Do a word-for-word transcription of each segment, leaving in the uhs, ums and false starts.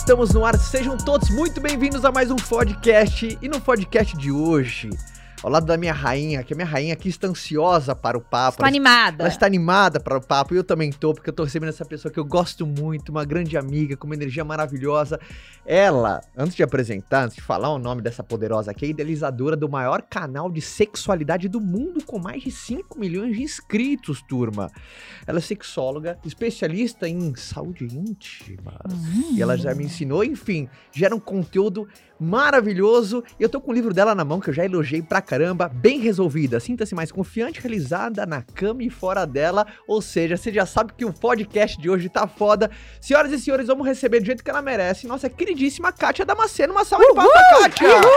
Estamos no ar, sejam todos muito bem-vindos a mais um podcast. E no podcast de hoje, ao lado da minha rainha, que a minha rainha aqui está ansiosa para o papo. Estou animada. Ela está animada para o papo e eu também tô, porque eu tô recebendo essa pessoa que eu gosto muito, uma grande amiga, com uma energia maravilhosa. Ela, antes de apresentar, antes de falar o nome dessa poderosa aqui, é idealizadora do maior canal de sexualidade do mundo, com mais de cinco milhões de inscritos, turma. Ela é sexóloga, especialista em saúde íntima. Hum. E ela já me ensinou, enfim, gera um conteúdo maravilhoso. E eu tô com o livro dela na mão, que eu já elogiei pra caramba. Bem resolvida, sinta-se mais confiante, realizada na cama e fora dela. Ou seja, você já sabe que o podcast de hoje tá foda. Senhoras e senhores, vamos receber do jeito que ela merece nossa queridíssima Kátia Damasceno. Uma salva de palmas pra Kátia! Uhul!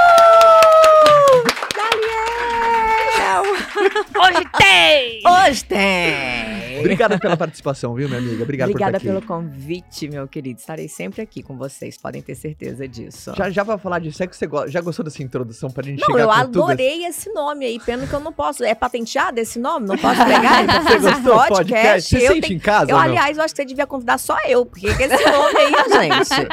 Daniel! Hoje tem! Hoje tem! Obrigada pela participação, viu, minha amiga? Obrigado Obrigada por estar aqui. pelo convite, meu querido. Estarei sempre aqui com vocês, podem ter certeza disso. Já, já vai falar disso, é que você go- já gostou dessa introdução pra gente Não, chegar eu com tudo? adorei esse nome aí, pena que eu não posso. É patenteado esse nome? Não posso pegar? Então, Você gostou do podcast? Você eu sente tenho... em casa eu, ou não? Aliás, eu acho que você devia convidar só eu, porque que esse nome aí, gente.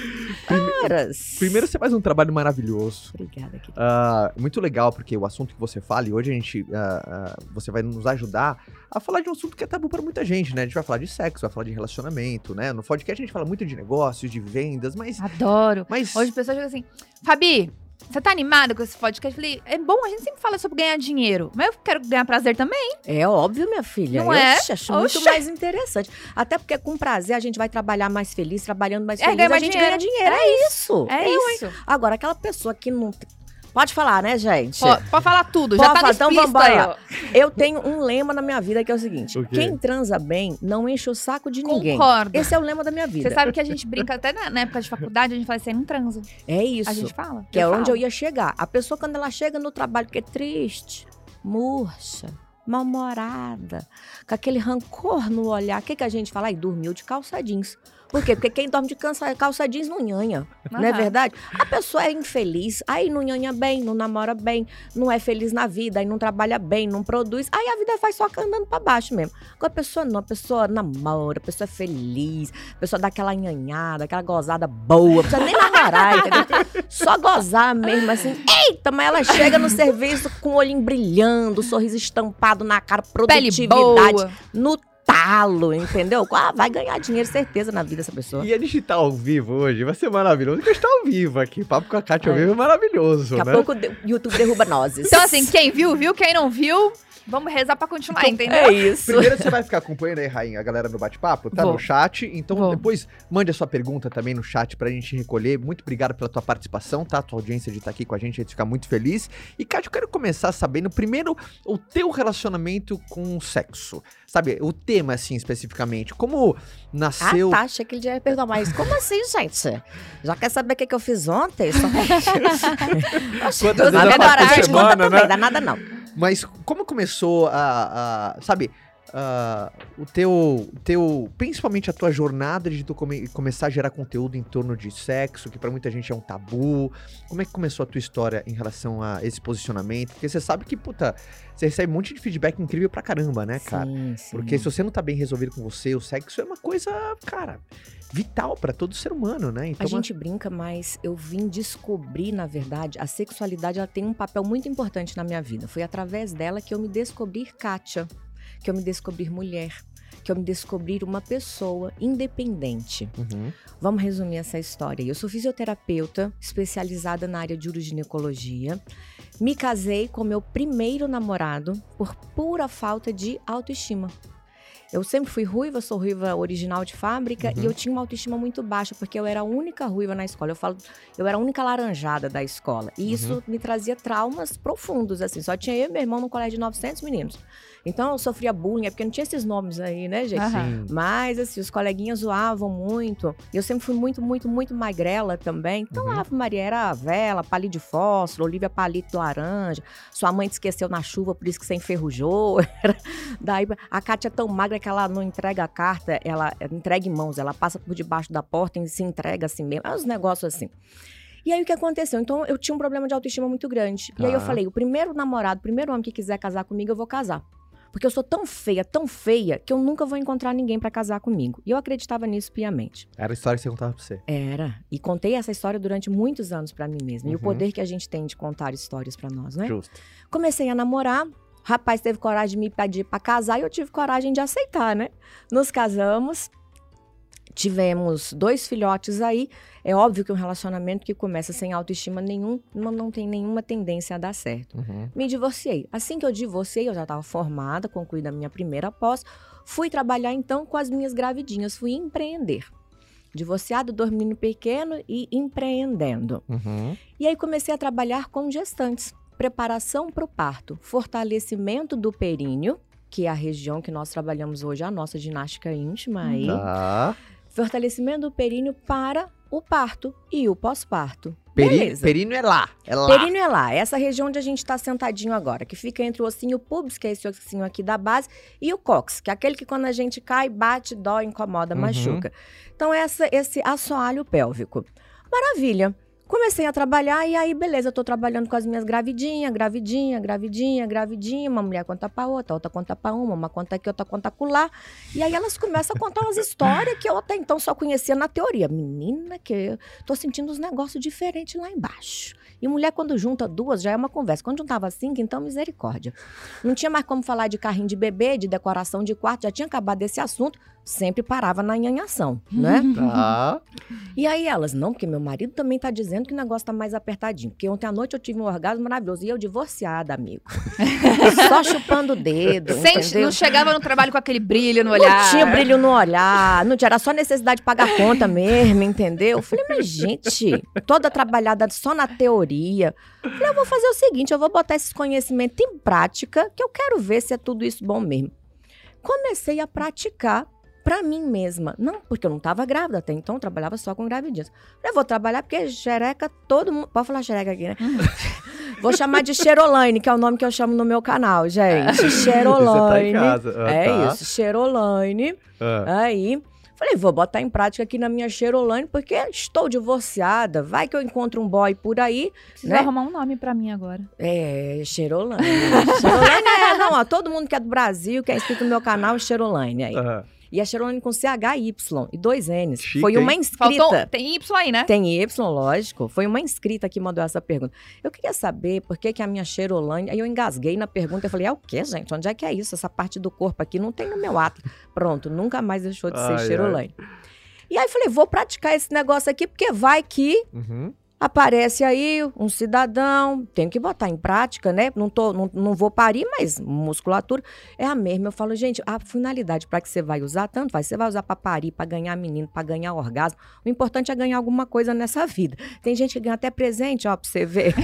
Caras. Primeiro, você faz um trabalho maravilhoso. Obrigada, querida. Uh, muito legal, porque o assunto que você fala, e hoje a gente, uh, uh, você vai nos ajudar a falar de um assunto que é tabu para muita gente, né? A gente vai falar de sexo, vai falar de relacionamento, né? No podcast a gente fala muito de negócios, de vendas, mas... Adoro. mas... Hoje as pessoas ficam assim, Fabi, você tá animada com esse podcast? Eu falei, é bom, a gente sempre fala sobre ganhar dinheiro, mas eu quero ganhar prazer também. É óbvio, minha filha. Não eu é? acho Oxe. muito mais interessante. Até porque com prazer a gente vai trabalhar mais feliz, trabalhando mais É, feliz, ganha a mais gente dinheiro. ganha dinheiro. É isso. É Eu, hein? isso. Agora, aquela pessoa que não... Pode falar, né, gente? Pode, pode falar tudo, Pode já tá falar, então explícito vambora aí, lá. ó. Eu tenho um lema na minha vida que é o seguinte. O quê? Quem transa bem não enche o saco de ninguém. Concordo. Esse é o lema da minha vida. Você sabe que a gente brinca até na, na época de faculdade, a gente fala assim, não transa. É isso. A gente fala. Que é falo. onde eu ia chegar. A pessoa, quando ela chega no trabalho, que é triste, murcha, mal-humorada, com aquele rancor no olhar, o que, que a gente fala? Ai, dormiu de calça jeans. Por quê? Porque quem dorme de calça, calça jeans não nhanha, Uhum. não é verdade? A pessoa é infeliz, aí não nhanha bem, não namora bem, não é feliz na vida, aí não trabalha bem, não produz, aí a vida vai só andando pra baixo mesmo. Agora a pessoa não, a pessoa namora, a pessoa é feliz, a pessoa dá aquela nhanhada, aquela gozada boa, a pessoa nem namorar, entendeu? Só gozar mesmo, assim, eita, mas ela chega no serviço com o olhinho brilhando, sorriso estampado na cara, Pele produtividade, boa. no talo, entendeu? Ah, vai ganhar dinheiro, certeza, na vida dessa pessoa. E a gente tá ao vivo hoje, vai ser maravilhoso, porque a gente tá ao vivo aqui. Papo com a Kátia ao É. vivo é maravilhoso, Daqui né? a pouco o YouTube derruba nós. Então assim, quem viu, viu. Quem não viu, vamos rezar pra continuar, entendeu? É isso. Primeiro você vai ficar acompanhando aí, Rainha, a galera no bate-papo, tá? Vou. No chat. Então Vou. depois mande a sua pergunta também no chat pra gente recolher. Muito obrigado pela tua participação, tá? Tua audiência de estar aqui com a gente, a gente fica muito feliz. E, Kátia, eu quero começar sabendo, primeiro, o teu relacionamento com o sexo. Sabe, o tema, assim, especificamente. Como nasceu... Ah, tá, achei que ele já ia perguntar, mas como assim, gente? Já quer saber o que, que eu fiz ontem? Só... Quantas vezes eu faço por semana, também, né? dá nada não. Mas como começou a, a sabe, a, o teu, teu, principalmente a tua jornada de tu come, começar a gerar conteúdo em torno de sexo, que pra muita gente é um tabu. Como é que começou a tua história em relação a esse posicionamento? Porque você sabe que, puta, você recebe um monte de feedback incrível pra caramba, né, cara? Sim, sim. Porque se você não tá bem resolvido com você, o sexo é uma coisa, cara, vital pra todo ser humano, né? Então, A gente brinca, mas eu vim descobrir, na verdade, a sexualidade ela tem um papel muito importante na minha vida. Foi através dela que eu me descobri Kátia, que eu me descobri mulher, que eu me descobri uma pessoa independente. Uhum. Vamos resumir essa história. Eu sou fisioterapeuta, especializada na área de uroginecologia. Me casei com meu primeiro namorado por pura falta de autoestima. Eu sempre fui ruiva, sou ruiva original de fábrica, Uhum. e eu tinha uma autoestima muito baixa, porque eu era a única ruiva na escola. Eu falo, eu era a única laranjada da escola. E isso Uhum. me trazia traumas profundos, assim. Só tinha eu e meu irmão num colégio de novecentos meninos. Então eu sofria bullying, é porque não tinha esses nomes aí, né, gente? Aham. Sim. Mas, assim, os coleguinhas zoavam muito. Eu sempre fui muito, muito, muito magrela também. Então, Uhum. a Ave Maria era vela, palito de fósforo, Olivia palito laranja. Sua mãe te esqueceu na chuva, por isso que você enferrujou. Daí, a Kátia é tão magra que ela não entrega a carta, ela entrega em mãos. Ela passa por debaixo da porta e se entrega assim mesmo. É uns negócios assim. E aí, o que aconteceu? Então, eu tinha um problema de autoestima muito grande. E aí, eu Tá. falei, o primeiro namorado, o primeiro homem que quiser casar comigo, eu vou casar. Porque eu sou tão feia, tão feia, que eu nunca vou encontrar ninguém pra casar comigo. E eu acreditava nisso piamente. Era a história que você contava pra você. Era. E contei essa história durante muitos anos pra mim mesma. E o Uhum. poder que a gente tem de contar histórias pra nós, né? Justo. Comecei a namorar. O rapaz teve coragem de me pedir pra casar e eu tive coragem de aceitar, né? Nos casamos. Tivemos dois filhotes aí. É óbvio que um relacionamento que começa sem autoestima nenhum, não, não tem nenhuma tendência a dar certo. Uhum. Me divorciei. Assim que eu divorciei, eu já estava formada, concluída a minha primeira pós. Fui trabalhar então com as minhas gravidinhas, fui empreender. Divorciado, dois meninos pequenos e empreendendo. Uhum. E aí comecei a trabalhar com gestantes. Preparação para o parto, fortalecimento do períneo, que é a região que nós trabalhamos hoje, a nossa ginástica íntima aí. Tá. Fortalecimento do períneo para o parto e o pós-parto. Peri... Beleza. Períneo é lá. É lá. Períneo é lá, essa região onde a gente está sentadinho agora, que fica entre o ossinho pubis, que é esse ossinho aqui da base, e o cóccix, que é aquele que quando a gente cai, bate, dói, incomoda, Uhum. machuca. Então, essa, esse assoalho pélvico. Maravilha. Comecei a trabalhar e aí, beleza, eu tô trabalhando com as minhas gravidinhas, gravidinha, gravidinha, gravidinha, uma mulher conta pra outra, outra conta pra uma, uma conta aqui, outra conta acolá. E aí elas começam a contar umas histórias que eu até então só conhecia na teoria. Menina, que eu tô sentindo uns negócios diferentes lá embaixo. E mulher, quando junta duas, já é uma conversa. Quando juntava cinco, então misericórdia. Não tinha mais como falar de carrinho de bebê, de decoração de quarto, já tinha acabado esse assunto, sempre parava na nhanhação, né? Tá. E aí elas, não, porque meu marido também tá dizendo que o negócio tá mais apertadinho. Porque ontem à noite eu tive um orgasmo maravilhoso. E eu divorciada, amigo. Só chupando o dedo, Sem, entendeu? não chegava no trabalho com aquele brilho no olhar. Não tinha brilho no olhar, não tinha, era só necessidade de pagar conta mesmo, entendeu? Eu falei, mas gente, toda trabalhada só na teoria. Eu falei, eu vou fazer o seguinte, eu vou botar esses conhecimentos em prática, que eu quero ver se é tudo isso bom mesmo. Comecei a praticar pra mim mesma. Não, porque eu não tava grávida até então, eu trabalhava só com gravidinhas. Eu vou trabalhar porque xereca, todo mundo... Pode falar xereca aqui, né? Vou chamar de Xerolaine, que é o nome que eu chamo no meu canal, gente. Xerolaine. Você tá em casa. Ah, É tá. isso, Xerolaine. Ah. Aí, falei, vou botar em prática aqui na minha Xerolaine, porque estou divorciada. Vai que eu encontro um boy por aí, Precisa né? arrumar um nome pra mim agora. É, Xerolaine. Xerolaine é, não, ó, todo mundo que é do Brasil, que é inscrito no meu canal, Xerolaine aí. Ah. E a Xerolaine com C H Y e dois N's. Chique, Foi uma hein? inscrita. Faltou, tem Y aí, né? Tem Y, lógico. Foi uma inscrita que mandou essa pergunta. Eu queria saber por que, que a minha Xerolaine... Aí eu engasguei na pergunta e falei, é o quê, gente? Onde é que é isso? Essa parte do corpo aqui não tem no meu ato. Pronto, nunca mais deixou de ser Ai, Xerolaine. E aí falei, vou praticar esse negócio aqui, porque vai que Uhum. aparece aí um cidadão, tenho que botar em prática, né? Não, tô, não, não vou parir, mas musculatura é a mesma. Eu falo, gente, a finalidade para que você vai usar, tanto faz. Você vai usar para parir, para ganhar menino, para ganhar orgasmo. O importante é ganhar alguma coisa nessa vida. Tem gente que ganha até presente, ó, para você ver.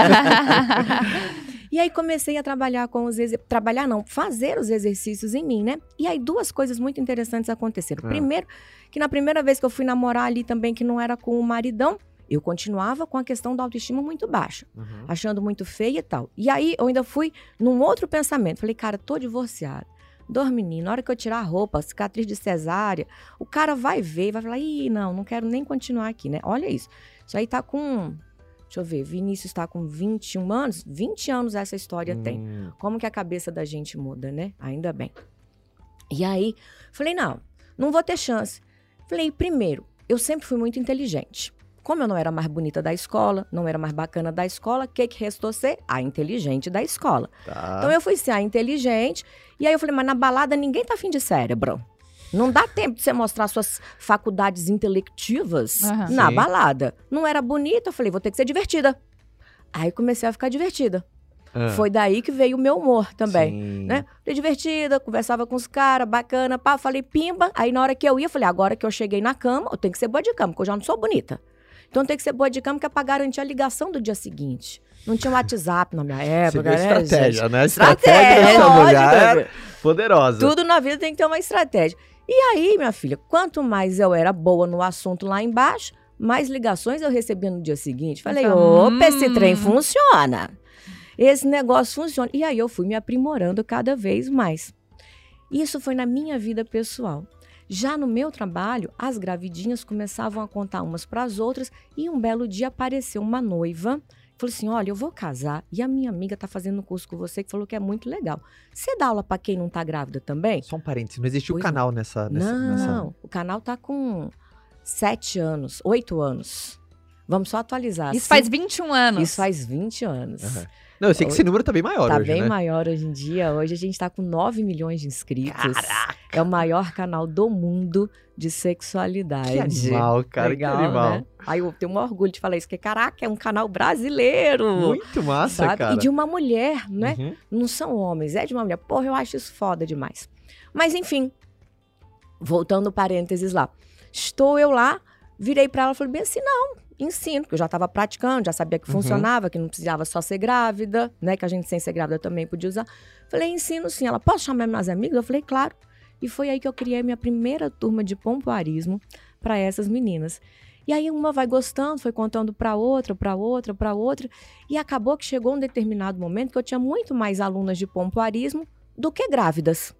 E aí comecei a trabalhar com os exercícios, trabalhar não, fazer os exercícios em mim, né? E aí duas coisas muito interessantes aconteceram. Ah. Primeiro, que na primeira vez que eu fui namorar ali também, que não era com o maridão, eu continuava com a questão da autoestima muito baixa, Uhum. achando muito feia e tal. E aí eu ainda fui num outro pensamento, falei, cara, tô divorciada. Dois meninos, na hora que eu tirar a roupa, cicatriz de cesárea, o cara vai ver e vai falar, ih, não, não quero nem continuar aqui, né? Olha isso. Isso aí tá com, deixa eu ver, Vinícius está com vinte e um anos, vinte anos essa história tem. Hum. Como que a cabeça da gente muda, né? Ainda bem. E aí, falei, não, não vou ter chance. Falei, primeiro, eu sempre fui muito inteligente. Como eu não era mais bonita da escola, não era mais bacana da escola, o que que restou ser? A inteligente da escola. Tá. Então eu fui ser a inteligente, e aí eu falei, mas na balada ninguém tá afim de cérebro. Não dá tempo de você mostrar suas faculdades intelectivas Aham. na Sim. balada. Não era bonita, eu falei, vou ter que ser divertida. Aí comecei a ficar divertida. Ah. Foi daí que veio o meu humor também, Sim. né? Fiquei divertida, conversava com os caras, bacana, pá, falei pimba. Aí na hora que eu ia, falei, agora que eu cheguei na cama, eu tenho que ser boa de cama, porque eu já não sou bonita. Então tem que ser boa de cama, que é pra garantir a ligação do dia seguinte. Não tinha WhatsApp na minha Você época, viu a né, estratégia, gente? né? A Estratégia, estratégia dessa lógico, mulher meu. poderosa. Tudo na vida tem que ter uma estratégia. E aí, minha filha, quanto mais eu era boa no assunto lá embaixo, mais ligações eu recebia no dia seguinte. Falei, Então, opa, esse hum. trem funciona. Esse negócio funciona. E aí eu fui me aprimorando cada vez mais. Isso foi na minha vida pessoal. Já no meu trabalho, as gravidinhas começavam a contar umas para as outras e um belo dia apareceu uma noiva Falei assim, olha, eu vou casar e a minha amiga tá fazendo um curso com você que falou que é muito legal. Você dá aula pra quem não tá grávida também? Só um parênteses, não existiu Pois canal nessa, nessa, não, nessa... o canal tá com sete anos, oito anos. Vamos só atualizar. Isso assim. faz vinte e um anos. Isso faz vinte anos. Uhum. Não, eu sei que esse número tá bem maior Tá hoje, bem né? maior hoje em dia. Hoje a gente tá com nove milhões de inscritos. Caraca! É o maior canal do mundo de sexualidade. Que animal, cara, Legal, que animal. né? Aí eu tenho um orgulho de falar isso, porque caraca, é um canal brasileiro. Muito massa, sabe? cara. E de uma mulher, né? Uhum. Não são homens, é de uma mulher. Porra, eu acho isso foda demais. Mas enfim, voltando parênteses lá. Estou eu lá, virei pra ela e falei bem assim, não, ensino, porque eu já estava praticando, já sabia que Uhum. funcionava, que não precisava só ser grávida, né? Que a gente sem ser grávida também podia usar. Falei, ensino sim. Ela, posso chamar minhas amigas? Eu falei, claro. E foi aí que eu criei minha primeira turma de pompoarismo para essas meninas. E aí uma vai gostando, foi contando para outra, para outra, para outra. E acabou que chegou um determinado momento que eu tinha muito mais alunas de pompoarismo do que grávidas.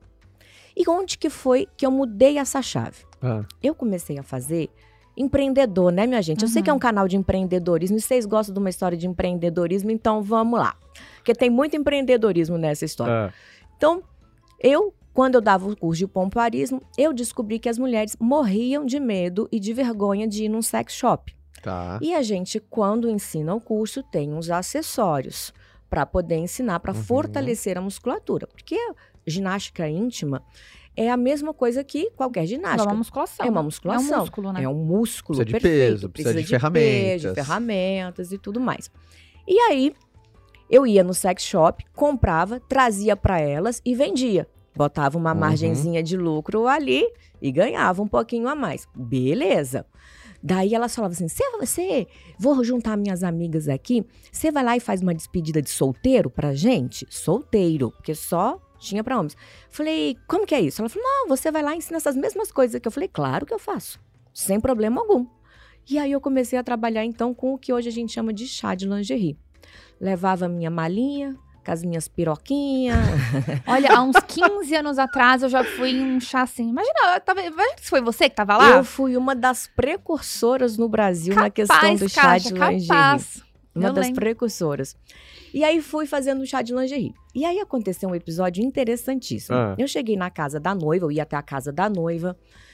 E onde que foi que eu mudei essa chave? Ah. Eu comecei a fazer empreendedor, né, minha gente? Eu sei que é um canal de empreendedorismo e vocês gostam de uma história de empreendedorismo, então vamos lá. Porque tem muito empreendedorismo nessa história. Ah. Então, eu, quando eu dava o curso de pompoarismo, eu descobri que as mulheres morriam de medo e de vergonha de ir num sex shop. Tá. E a gente, quando ensina o curso, tem uns acessórios para poder ensinar, para Uhum. fortalecer a musculatura. Porque ginástica íntima é a mesma coisa que qualquer É ginástica. uma musculação. É uma musculação. É um músculo, né? É um músculo Precisa de perfeito. peso, precisa de peso, ferramentas. de ferramentas e tudo mais. E aí, eu ia no sex shop, comprava, trazia para elas e vendia. Botava uma Uhum. margenzinha de lucro ali e ganhava um pouquinho a mais. Beleza. Daí elas falavam assim, você, você, vou juntar minhas amigas aqui, você vai lá e faz uma despedida de solteiro pra gente? Solteiro, porque só tinha pra homens. Falei, como que é isso? Ela falou, não, você vai lá e ensina essas mesmas coisas que eu falei, claro que eu faço, sem problema algum. E aí eu comecei a trabalhar então com o que hoje a gente chama de chá de lingerie. Levava minha malinha, com as minhas piroquinhas. Olha, há uns quinze anos atrás eu já fui em um chá assim. Imagina, eu tava, imagina se foi você que tava lá. Eu fui uma das precursoras no Brasil na Capaz, questão do chá Kátia, de lingerie. capaz. Uma Eu das lembro. precursoras. E aí fui fazendo chá de lingerie. E aí aconteceu um episódio interessantíssimo. Ah. Eu cheguei na casa da noiva, eu ia até a casa da noiva.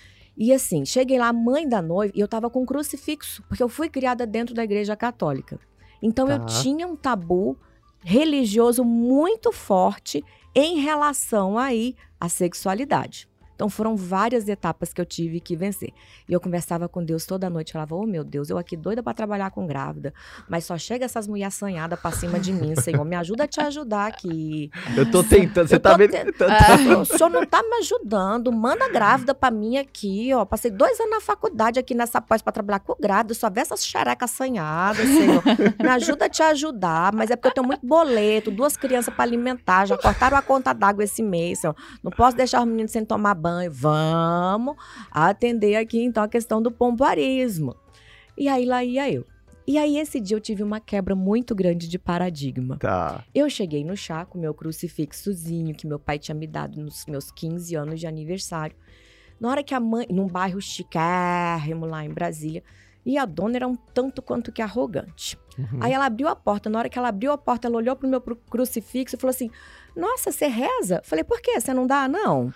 E assim, cheguei lá, a mãe da noiva, e eu tava com um crucifixo, porque eu fui criada dentro da igreja católica. Então eu Tá. tinha um tabu religioso muito forte em relação aí à sexualidade. Então foram várias etapas que eu tive que vencer. E eu conversava com Deus toda noite, falava, oh meu Deus, eu aqui doida pra trabalhar com grávida, mas só chega essas mulheres assanhadas pra cima de mim, Senhor, me ajuda a te ajudar aqui. Eu tô tentando, você Eu tá tô vendo? te- Tá- Ah, o senhor não tá me ajudando, manda grávida pra mim aqui, ó. Passei dois anos na faculdade aqui nessa pós pra trabalhar com grávida, só vê essas xerecas assanhadas, Senhor. Me ajuda a te ajudar, mas é porque eu tenho muito boleto, duas crianças pra alimentar, já cortaram a conta d'água esse mês, Senhor. Não posso deixar os meninos sem tomar banho. Vamos atender aqui, então, a questão do pompoarismo. E aí, lá ia eu. E aí, esse dia, eu tive uma quebra muito grande de paradigma. Tá. Eu cheguei no chá com meu crucifixozinho que meu pai tinha me dado nos meus quinze anos de aniversário. Na hora que a mãe, num bairro chiquérrimo lá em Brasília, e a dona era um tanto quanto que arrogante. Uhum. Aí ela abriu a porta, na hora que ela abriu a porta, ela olhou pro meu cru- crucifixo e falou assim, nossa, você reza? Falei, por quê? Você não dá, não?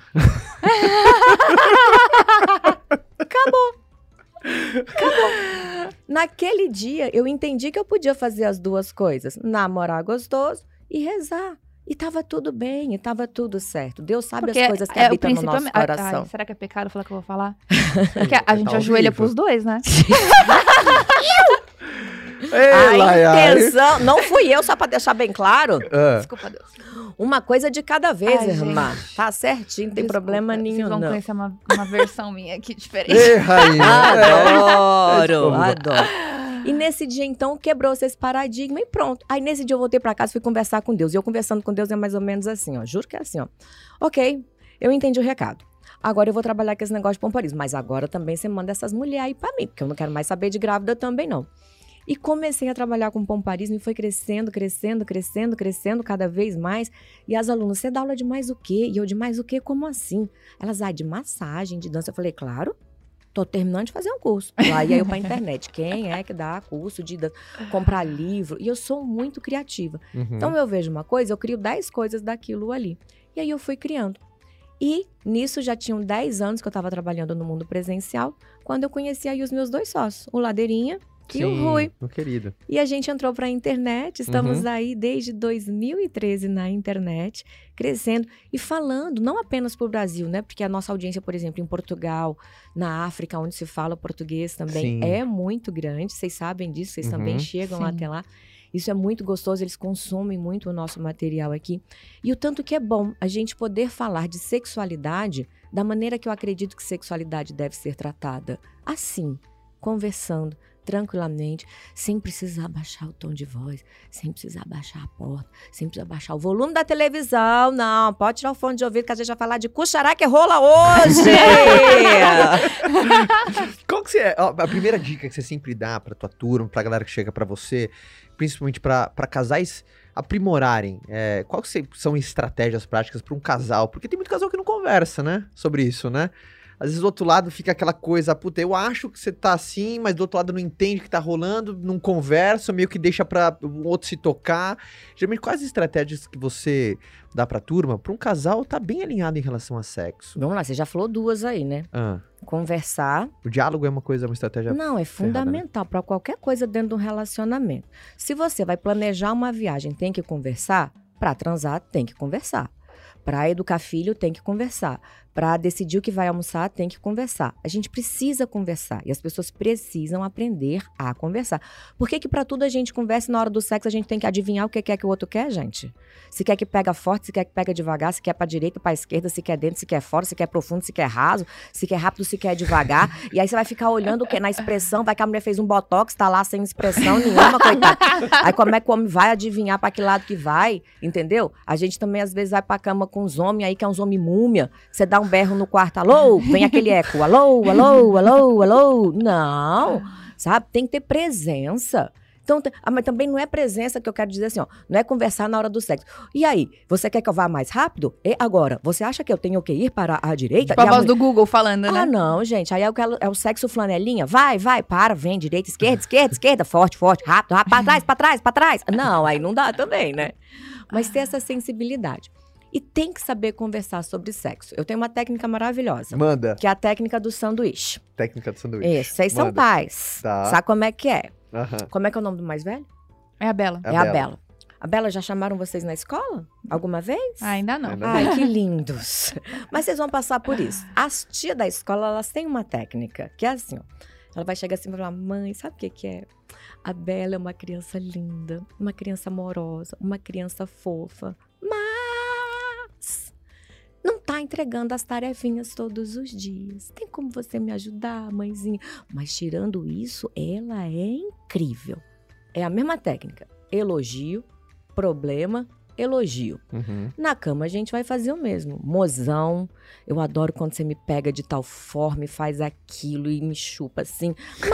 Acabou. Acabou. Naquele dia, eu entendi que eu podia fazer as duas coisas. Namorar gostoso e rezar. E tava tudo bem, e tava tudo certo. Deus sabe Porque as coisas que é, o habitam no princípio nosso é- ai, coração. ai, será que é pecado falar que eu vou falar? Porque a gente Tá ao ajoelha vivo. pros dois, né? Ei, A Lai, ai. intenção, não fui eu, só pra deixar bem claro. Ah, Desculpa, Deus. Uma coisa de cada vez, Ai, irmã. gente. Tá certinho, não tem Desculpa, problema Vocês nenhum, vão não. conhecer uma, uma versão minha aqui diferente. Ei, rainha. Adoro, É. adoro. E nesse dia, então, quebrou-se esse paradigma e pronto. Aí, nesse dia, eu voltei pra casa e fui conversar com Deus. E eu conversando com Deus é mais ou menos assim, ó. Juro que é assim, ó. Ok, eu entendi o recado. Agora eu vou trabalhar com esse negócio de pompoarismo. Mas agora também você manda essas mulheres aí pra mim, porque eu não quero mais saber de grávida também, não. E comecei a trabalhar com pompoarismo e foi crescendo, crescendo, crescendo, crescendo cada vez mais. E as alunas, você dá aula de mais o quê? E eu, de mais o quê? Como assim? Elas, ah, de massagem, de dança. Eu falei, claro, Tô terminando de fazer um curso. Lá ia eu pra internet. Quem é que dá curso de dan- comprar livro? E eu sou muito criativa. Uhum. Então eu vejo uma coisa, eu crio dez coisas daquilo ali. E aí eu fui criando. E nisso já tinham dez anos que eu estava trabalhando no mundo presencial, quando eu conheci aí os meus dois sócios, o Ladeirinha e o Rui. Meu querido. E a gente entrou para a internet, estamos Uhum. aí desde dois mil e treze na internet, crescendo e falando, não apenas para o Brasil, né? Porque a nossa audiência, por exemplo, em Portugal, na África, onde se fala português também, Sim. é muito grande. Vocês sabem disso, vocês Uhum. também chegam Sim. até lá. Isso é muito gostoso, eles consomem muito o nosso material aqui. E o tanto que é bom a gente poder falar de sexualidade da maneira que eu acredito que sexualidade deve ser tratada. Assim, conversando tranquilamente, sem precisar baixar o tom de voz, sem precisar baixar a porta, sem precisar baixar o volume da televisão. Não, pode tirar o fone de ouvido que a gente vai falar de cuxará que rola hoje! Qual que você é, ó, a primeira dica que você sempre dá pra tua turma, pra galera que chega pra você, principalmente pra pra casais aprimorarem, é, qual que cê- são estratégias práticas pra um casal? Porque tem muito casal que não conversa, né, sobre isso, né? Às vezes do outro lado fica aquela coisa, puta, eu acho que você tá assim, mas do outro lado não entende o que tá rolando, não conversa, meio que deixa pra o outro se tocar. Geralmente, quais as estratégias que você dá pra turma pra um casal tá bem alinhado em relação a sexo? Vamos lá, você já falou duas aí, né? Ah, Conversar. o diálogo é uma coisa, uma estratégia... Não, é fundamental para qualquer coisa dentro de um relacionamento. Se você vai planejar uma viagem, tem que conversar. Para transar, tem que conversar. Para educar filho, tem que conversar. Para decidir o que vai almoçar, tem que conversar. A gente precisa conversar e as pessoas precisam aprender a conversar. Por que que para tudo a gente conversa e na hora do sexo a gente tem que adivinhar o que quer que o outro quer, gente? Se quer que pega forte, se quer que pega devagar, se quer para direita, para esquerda, se quer dentro, se quer fora, se quer profundo, se quer raso, se quer rápido, se quer devagar. E aí você vai ficar olhando o que na expressão, vai que a mulher fez um botox, tá lá sem expressão nenhuma, coitada. Aí como é que o homem vai adivinhar para que lado que vai, entendeu? A gente também às vezes vai pra cama com os homens aí que é uns homens múmia, você dá um berro no quarto, alô, vem aquele eco, alô, alô, alô, alô. Não, sabe? Tem que ter presença. Então, te- ah, mas também não é presença que eu quero dizer assim, ó, não é conversar na hora do sexo. E aí, você quer que eu vá mais rápido? E agora, você acha que eu tenho que ir para a direita? Tipo a E a voz mulher- do Google falando, né? Ah, não, gente. Aí é o, que ela- é o sexo flanelinha. Vai, vai, para, vem, direita, esquerda, esquerda, esquerda, forte, forte, rápido, rápido, pra trás, pra trás, pra trás. Não, aí não dá também, né? Mas ter essa sensibilidade. E tem que saber conversar sobre sexo. Eu tenho uma técnica maravilhosa, Manda. que é a técnica do sanduíche. Técnica do sanduíche. Isso, vocês são Manda. pais. Tá. Sabe como é que é? Aham. Como é que é o nome do mais velho? É a Bela. É a É a Bela. Bela. A Bela, já chamaram vocês na escola? Alguma vez? Ah, ainda não. Ainda não. Ai, que lindos. Mas vocês vão passar por isso. As tias da escola, elas têm uma técnica, que é assim, ó. Ela vai chegar assim e vai falar, mãe, sabe o que que é? A Bela é uma criança linda, uma criança amorosa, uma criança fofa, mas não tá entregando as tarefinhas todos os dias. Tem como você me ajudar, mãezinha? Mas tirando isso, ela é incrível. É a mesma técnica. Elogio, problema, elogio. Uhum. Na cama a gente vai fazer o mesmo. Mozão, eu adoro quando você me pega de tal forma e faz aquilo e me chupa assim.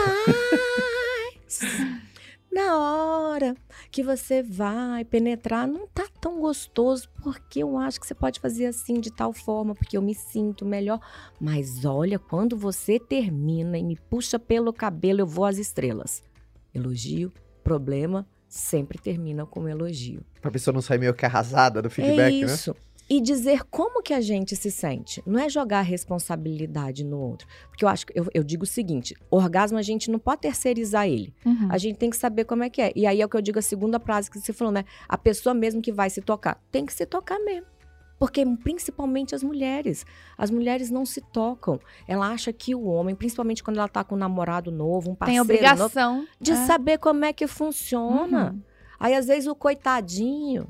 Mas na hora que você vai penetrar, não tá tão gostoso, porque eu acho que você pode fazer assim de tal forma, porque eu me sinto melhor. Mas olha, quando você termina e me puxa pelo cabelo, eu vou às estrelas. Elogio, problema, sempre termina com elogio. Pra pessoa não sair meio que arrasada do É feedback, né? isso. E dizer como que a gente se sente. Não é jogar a responsabilidade no outro. Porque eu acho que eu, eu digo o seguinte: orgasmo a gente não pode terceirizar ele. Uhum. A gente tem que saber como é que é. E aí é o que eu digo, a segunda frase que você falou, né? A pessoa mesmo que vai se tocar. Tem que se tocar mesmo. Porque principalmente as mulheres. As mulheres não se tocam. Ela acha que o homem, principalmente quando ela tá com um namorado novo, um Tem parceiro novo, obrigação. de é. saber como é que funciona. Uhum. Aí, às vezes, o coitadinho,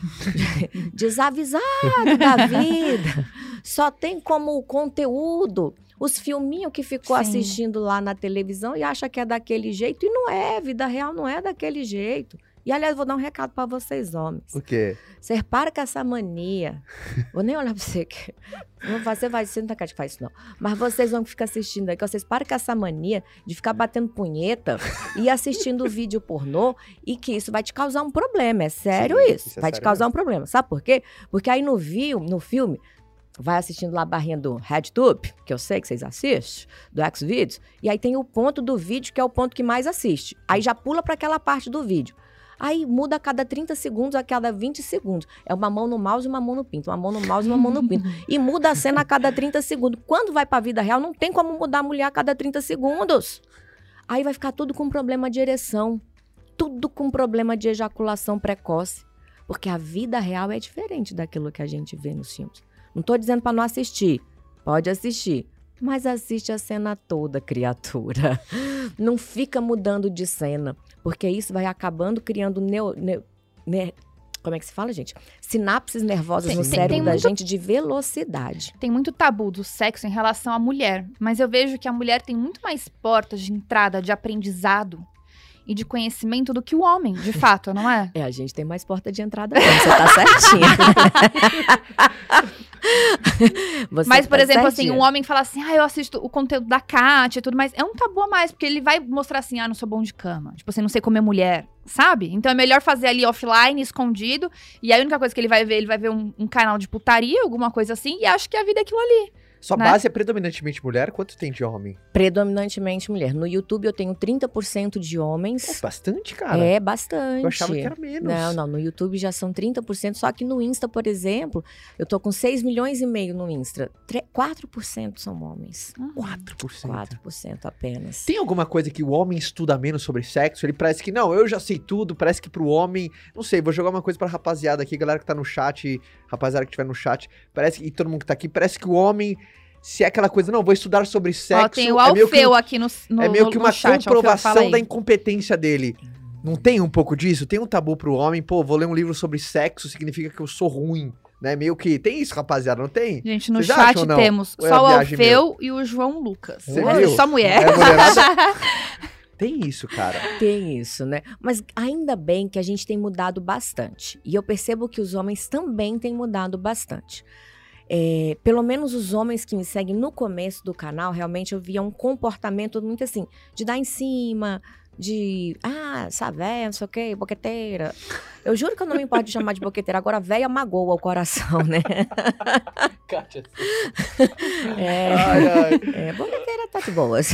desavisado da vida, só tem como conteúdo os filminhos que ficou Sim. assistindo lá na televisão e acha que é daquele jeito. E não é, vida real não é daquele jeito. E, aliás, vou dar um recado para vocês, homens. O quê? Você para com essa mania. Vou nem olhar pra você. Que... Não vai- Você vai você não tá cara de faz isso, não. Mas vocês vão ficar assistindo aí, que vocês param com essa mania de ficar batendo punheta e assistindo vídeo pornô e que isso vai te causar um problema. É sério Sim, isso. isso é vai te sério causar um problema. Sabe por quê? Porque aí no, vi, no filme vai assistindo lá a barrinha do RedTube, que eu sei que vocês assistem, do Xvideos, e aí tem o ponto do vídeo, que é o ponto que mais assiste. Aí já pula para aquela parte do vídeo. Aí muda a cada trinta segundos, a cada vinte segundos. É uma mão no mouse e uma mão no pinto. Uma mão no mouse e uma mão no pinto. E muda a cena a cada trinta segundos. Quando vai pra vida real, não tem como mudar a mulher a cada trinta segundos. Aí vai ficar tudo com problema de ereção. Tudo com problema de ejaculação precoce. Porque a vida real é diferente daquilo que a gente vê nos filmes. Não tô dizendo pra não assistir. Pode assistir. Mas assiste a cena toda, criatura. Não fica mudando de cena, porque isso vai acabando criando neo, neo, ne, como é que se fala, gente? Sinapses nervosas Tem- no tem- cérebro tem da muito- gente de velocidade. Tem muito tabu do sexo em relação à mulher. Mas eu vejo que a mulher tem muito mais portas de entrada, de aprendizado e de conhecimento do que o homem, de fato, não é? É, a gente tem mais porta de entrada mesmo, você tá certinha. Você Mas, por tá exemplo, assim, certinha. um homem fala assim, ah, eu assisto o conteúdo da Kátia e tudo mais. É um tabu a mais, porque ele vai mostrar assim, ah, não sou bom de cama. Tipo assim, não sei comer mulher, sabe? Então é melhor fazer ali offline, escondido. E a única coisa que ele vai ver, ele vai ver um, um canal de putaria, alguma coisa assim, e acha que a vida é aquilo ali. Sua né? base é predominantemente mulher? Quanto tem de homem? Predominantemente mulher. No YouTube eu tenho trinta por cento de Pô, homens. bastante, cara. É, bastante. Eu achava que era menos. Não, não, no YouTube já são trinta por cento, só que no Insta, por exemplo, eu tô com seis milhões e meio no Insta. Tre- quatro por cento são homens. quatro por cento. quatro por cento apenas. Tem alguma coisa que o homem estuda menos sobre sexo? Ele parece que, não, eu já sei tudo, parece que pro homem... Não sei, vou jogar uma coisa pra rapaziada aqui, galera que tá no chat, rapaziada que tiver no chat, parece que, e todo mundo que tá aqui, parece que o homem, se é aquela coisa, não, vou estudar sobre sexo... Ó, tem o é meio que, Alfeu aqui no, no, é meio no- que no uma chat. Alfeu, fala comprovação aí. da incompetência dele. Não tem um pouco disso? Tem um tabu pro homem, pô, vou ler um livro sobre sexo, significa que eu sou ruim, né? Meio que... Tem isso, rapaziada, não tem? Gente, no Vocês chat acham ou não? temos Ou é só o viagem Alfeu e o João Lucas. Você É, viu? só mulher. É mulherada. Tem isso, cara. Tem isso, né? Mas ainda bem que a gente tem mudado bastante. E eu percebo que os homens também têm mudado bastante. É, pelo menos os homens que me seguem no começo do canal, realmente eu via um comportamento muito assim, de dar em cima, de, ah, essa véia, não sei o quê, boqueteira. Eu juro que eu não me importo de chamar de boqueteira, agora a véia magoa o coração, né? É, Ai, ai. é, boqueteira tá de boas.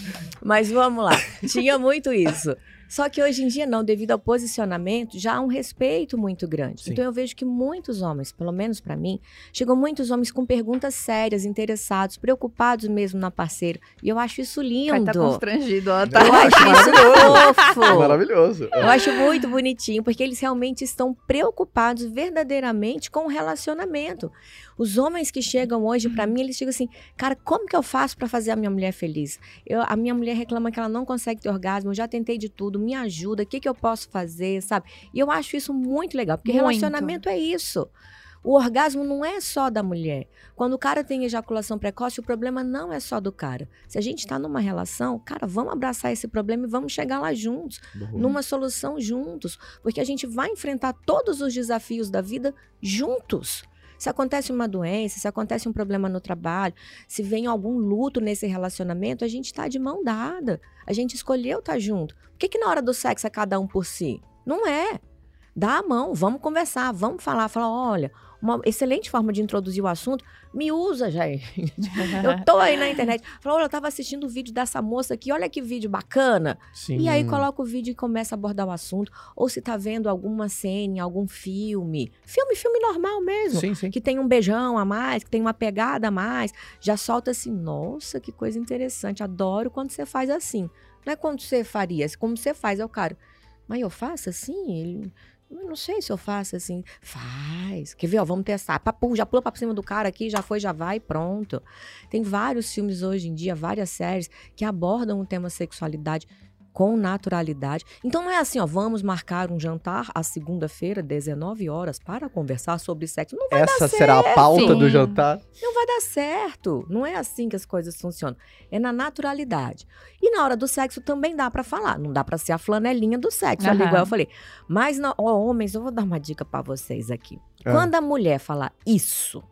Mas vamos lá, tinha muito isso. Só que hoje em dia não, devido ao posicionamento, já há um respeito muito grande. Sim. Então eu vejo que muitos homens, pelo menos pra mim, chegam muitos homens com perguntas sérias, interessados, preocupados mesmo na parceira. E eu acho isso lindo. Vai tá constrangido, ó. Eu Tá. acho isso fofo. Maravilhoso. Eu acho muito bonitinho, porque eles realmente estão preocupados verdadeiramente com o relacionamento. Os homens que chegam hoje pra mim, eles chegam assim, cara, como que eu faço pra fazer a minha mulher feliz? Eu, a minha mulher reclama que ela não consegue ter orgasmo, eu já tentei de tudo, me ajuda, o que que eu posso fazer, sabe? E eu acho isso muito legal, porque Muito. relacionamento é isso. O orgasmo não é só da mulher. Quando o cara tem ejaculação precoce, o problema não é só do cara. Se a gente tá numa relação, cara, vamos abraçar esse problema e vamos chegar lá juntos, numa solução juntos, porque a gente vai enfrentar todos os desafios da vida juntos. Se acontece uma doença, se acontece um problema no trabalho, se vem algum luto nesse relacionamento, a gente está de mão dada. A gente escolheu estar junto. Por que que na hora do sexo é cada um por si? Não é. Dá a mão, vamos conversar, vamos falar. Falar, olha, uma excelente forma de introduzir o assunto, me usa, gente. Eu tô aí na internet. Fala, olha, eu tava assistindo o vídeo dessa moça aqui, olha que vídeo bacana. Sim. E aí coloca o vídeo e começa a abordar o assunto. Ou se tá vendo alguma cena, algum filme. Filme, filme normal mesmo. Sim, sim. Que tem um beijão a mais, que tem uma pegada a mais. Já solta assim, nossa, que coisa interessante. Adoro quando você faz assim. Não é quando você faria, como você faz, é o cara. Mas eu faço assim? Ele... Eu não sei se eu faço assim. Faz. Quer ver? Ó, vamos testar. Papu, já pula pra cima do cara aqui, já foi, já vai, pronto. Tem vários filmes hoje em dia, várias séries que abordam o tema sexualidade com naturalidade. Então não é assim, ó, vamos marcar um jantar à segunda-feira, dezenove horas, para conversar sobre sexo. Não vai Essa dar será a certo. pauta do Sim. jantar? Não vai dar certo. Não é assim que as coisas funcionam. É na naturalidade. E na hora do sexo também dá pra falar. Não dá pra ser a flanelinha do sexo, ali, Aham. igual eu falei. Mas, na, ó, homens, eu vou dar uma dica pra vocês aqui. Ah. Quando a mulher falar isso,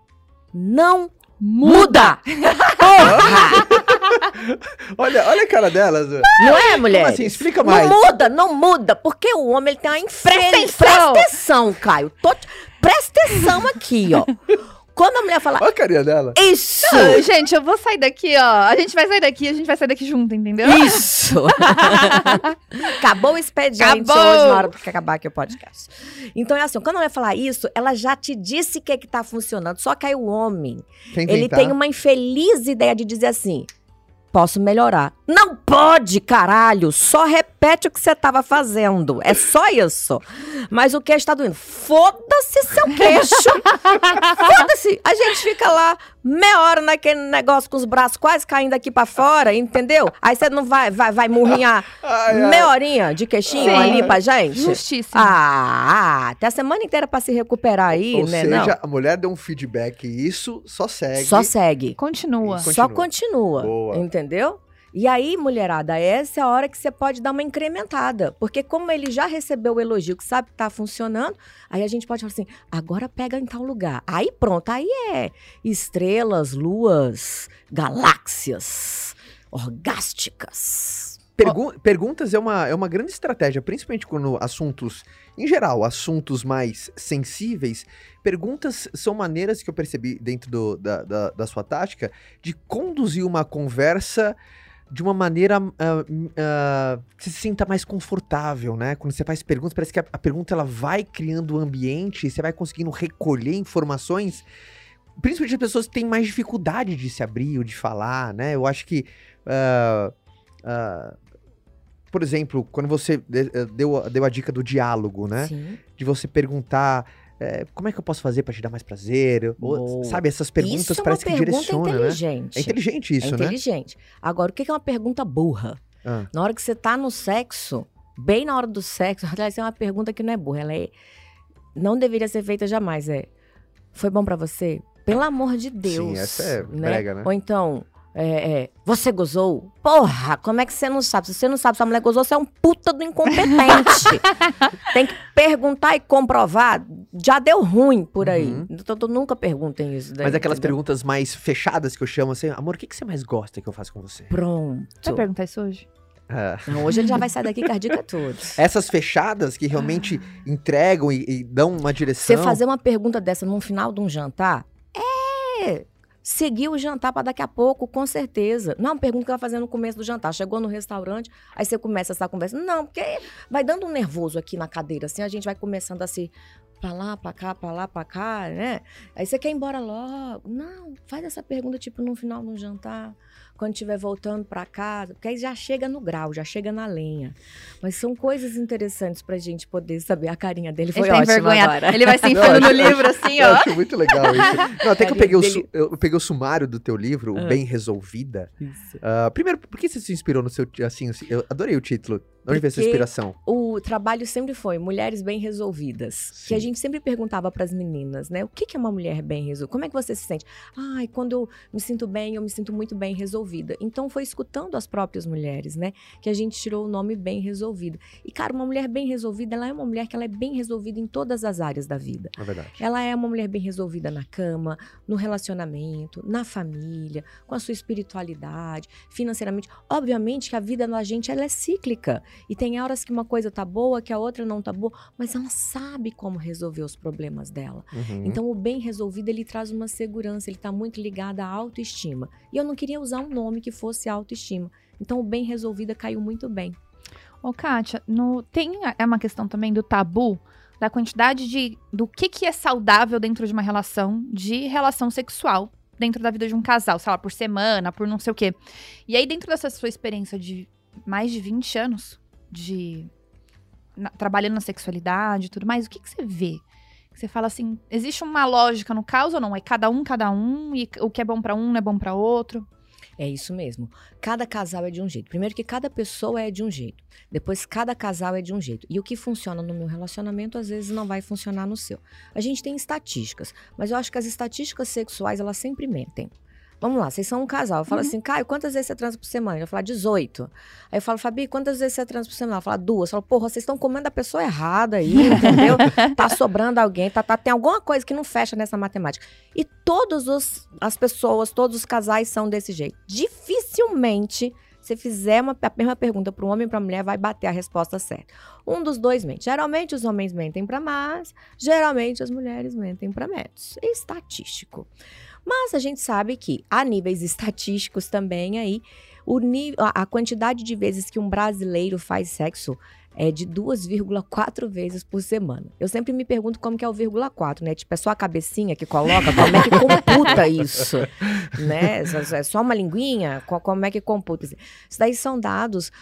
não muda! Porra! Olha, olha a cara delas. Não é, mulher? Como assim? Explica mais. Não muda, não muda. Porque o homem, ele tem uma infeliz. atenção. Presta atenção, Caio. Tô te- Presta atenção aqui, ó. Quando a mulher fala, Olha a carinha dela. isso, Não, gente, eu vou sair daqui, ó. A gente vai sair daqui, a gente vai sair daqui junto, entendeu? isso. Acabou o expediente Acabou. hoje, na hora que acabar aqui o podcast. Então é assim, quando a mulher falar isso, ela já te disse o que, que tá funcionando. Só que aí o homem, Quem ele tentar? tem uma infeliz ideia de dizer assim, posso melhorar. Não pode, caralho! Só repete o que você tava fazendo. É só isso. Mas o queixo tá doendo. Foda-se seu queixo! Foda-se! A gente fica lá meia hora naquele negócio com os braços quase caindo aqui pra fora, entendeu? Aí você não vai, vai, vai murrinhar Ai, ai. meia horinha de queixinho Sim. ali pra gente? Justíssimo. Ah, tem a semana inteira pra se recuperar aí, Ou né? seja, Não. a mulher deu um feedback e isso só segue. Só segue. Continua. Isso. Só Continua. continua, Boa. entendeu? E aí, mulherada, essa é a hora que você pode dar uma incrementada. Porque como ele já recebeu o elogio, que sabe que tá funcionando, aí a gente pode falar assim, agora pega em tal lugar. Aí pronto, aí é estrelas, luas, galáxias, orgásticas. Pergu- perguntas é uma, é uma grande estratégia, principalmente quando assuntos, em geral, assuntos mais sensíveis. Perguntas são maneiras que eu percebi dentro do- da, da, da sua tática de conduzir uma conversa de uma maneira ah, ah, que você se sinta mais confortável, né? Quando você faz perguntas, parece que a, a pergunta ela vai criando o ambiente, você vai conseguindo recolher informações, principalmente as pessoas que têm mais dificuldade de se abrir ou de falar, né? Eu acho que... ah, ah, por exemplo, quando você de- eh, deu, a- deu a dica do diálogo, né? Sim. De você perguntar eh, como é que eu posso fazer pra te dar mais prazer? Ou, Boa. sabe, essas perguntas Isso é uma parece que pergunta direciona, né? inteligente. É inteligente isso, é né? inteligente. Agora, o que que é uma pergunta burra? Ah, Na hora que você tá no sexo, bem na hora do sexo, aliás, é uma pergunta que não é burra, ela é... Não deveria ser feita jamais, é... Foi bom pra você? Pelo amor de Deus. Sim, essa é né? brega, né? Ou então, é, é, você gozou? Porra, como é que você não sabe? Se você não sabe se a mulher gozou, você é um puta do incompetente. Tem que perguntar e comprovar. Já deu ruim por aí. Uhum. Então, tu nunca perguntem isso daí. Mas aquelas entendeu? perguntas mais fechadas que eu chamo assim, amor, o que, que você mais gosta que eu faço com você? Pronto. Vai perguntar isso hoje? Ah, Não, hoje ele já vai sair daqui com a dica toda. essas fechadas que realmente entregam e, e dão uma direção. Você fazer uma pergunta dessa no final de um jantar, é seguir o jantar para daqui a pouco, com certeza. Não é uma pergunta que vai fazer no começo do jantar. Chegou no restaurante, aí você começa essa conversa. Não, porque vai dando um nervoso aqui na cadeira, assim, a gente vai começando a se... Pra lá, pra cá, pra lá, pra cá, né? Aí você quer ir embora logo. Não, faz essa pergunta, tipo, no final de um jantar, quando estiver voltando pra casa, porque aí já chega no grau, já chega na lenha. Mas são coisas interessantes pra gente poder saber. A carinha dele foi Ele tá ótima envergonhado. agora. Ele vai se Não, enfiando acho- no livro assim, Eu ó. acho muito legal isso. Não, até que eu Carinha peguei, o, dele. su- eu peguei o sumário do teu livro, o Ah. Bem Resolvida. Isso. Ah, primeiro, por que você se inspirou no seu... Assim, assim, eu adorei o título. De onde veio essa Porque- inspiração? O trabalho sempre foi mulheres bem resolvidas. Sim. Que a gente sempre perguntava para as meninas, né? O que que é uma mulher bem resolvida? Como é que você se sente? Ai, quando eu me sinto bem, eu me sinto muito bem resolvida. Então foi escutando as próprias mulheres, né? Que a gente tirou o nome bem resolvida. E, cara, uma mulher bem resolvida, ela é uma mulher que ela é bem resolvida em todas as áreas da vida. Na verdade. Ela é uma mulher bem resolvida na cama, no relacionamento, na família, com a sua espiritualidade, financeiramente. Obviamente que a vida da gente ela é cíclica. E tem horas que uma coisa tá boa, que a outra não tá boa, mas ela sabe como resolver os problemas dela. Uhum. Então o bem resolvido, ele traz uma segurança, ele tá muito ligado à autoestima. E eu não queria usar um nome que fosse autoestima. Então o bem resolvida caiu muito bem. Ô, Kátia, no, tem a- é uma questão também do tabu, da quantidade de... do que, que é saudável dentro de uma relação, de relação sexual, dentro da vida de um casal, sei lá, por semana, por não sei o quê. E aí, dentro dessa sua experiência de mais de vinte anos, de... na- trabalhando na sexualidade e tudo mais, o que, que você vê? Que você fala assim, existe uma lógica no caos ou não? É cada um, cada um, e o que é bom pra um não é bom pra outro? É isso mesmo. Cada casal é de um jeito. Primeiro que cada pessoa é de um jeito. Depois, cada casal é de um jeito. E o que funciona no meu relacionamento, às vezes, não vai funcionar no seu. A gente tem estatísticas, mas eu acho que as estatísticas sexuais, elas sempre mentem. Vamos lá, vocês são um casal. Eu falo Uhum. assim, Caio, quantas vezes você transa por semana? Ele vai falar dezoito. Aí eu falo, Fabi, quantas vezes você transa por semana? Ela fala duas. Eu falo, porra, vocês estão comendo a pessoa errada aí, entendeu? Tá sobrando alguém, tá, tá, tem alguma coisa que não fecha nessa matemática. E todas as pessoas, todos os casais são desse jeito. Dificilmente você fizer uma, a mesma pergunta para um homem e para a mulher, vai bater a resposta certa. Um dos dois mente. Geralmente os homens mentem para mais, geralmente as mulheres mentem para menos. É estatístico. Mas a gente sabe que, a níveis estatísticos também, aí, o nível, a quantidade de vezes que um brasileiro faz sexo é de duas vírgula quatro vezes por semana. Eu sempre me pergunto como que é o vírgula quatro, né? Tipo, é só a cabecinha que coloca? Como é que computa isso? Né? É só uma linguinha? Como é que computa? Isso daí são dados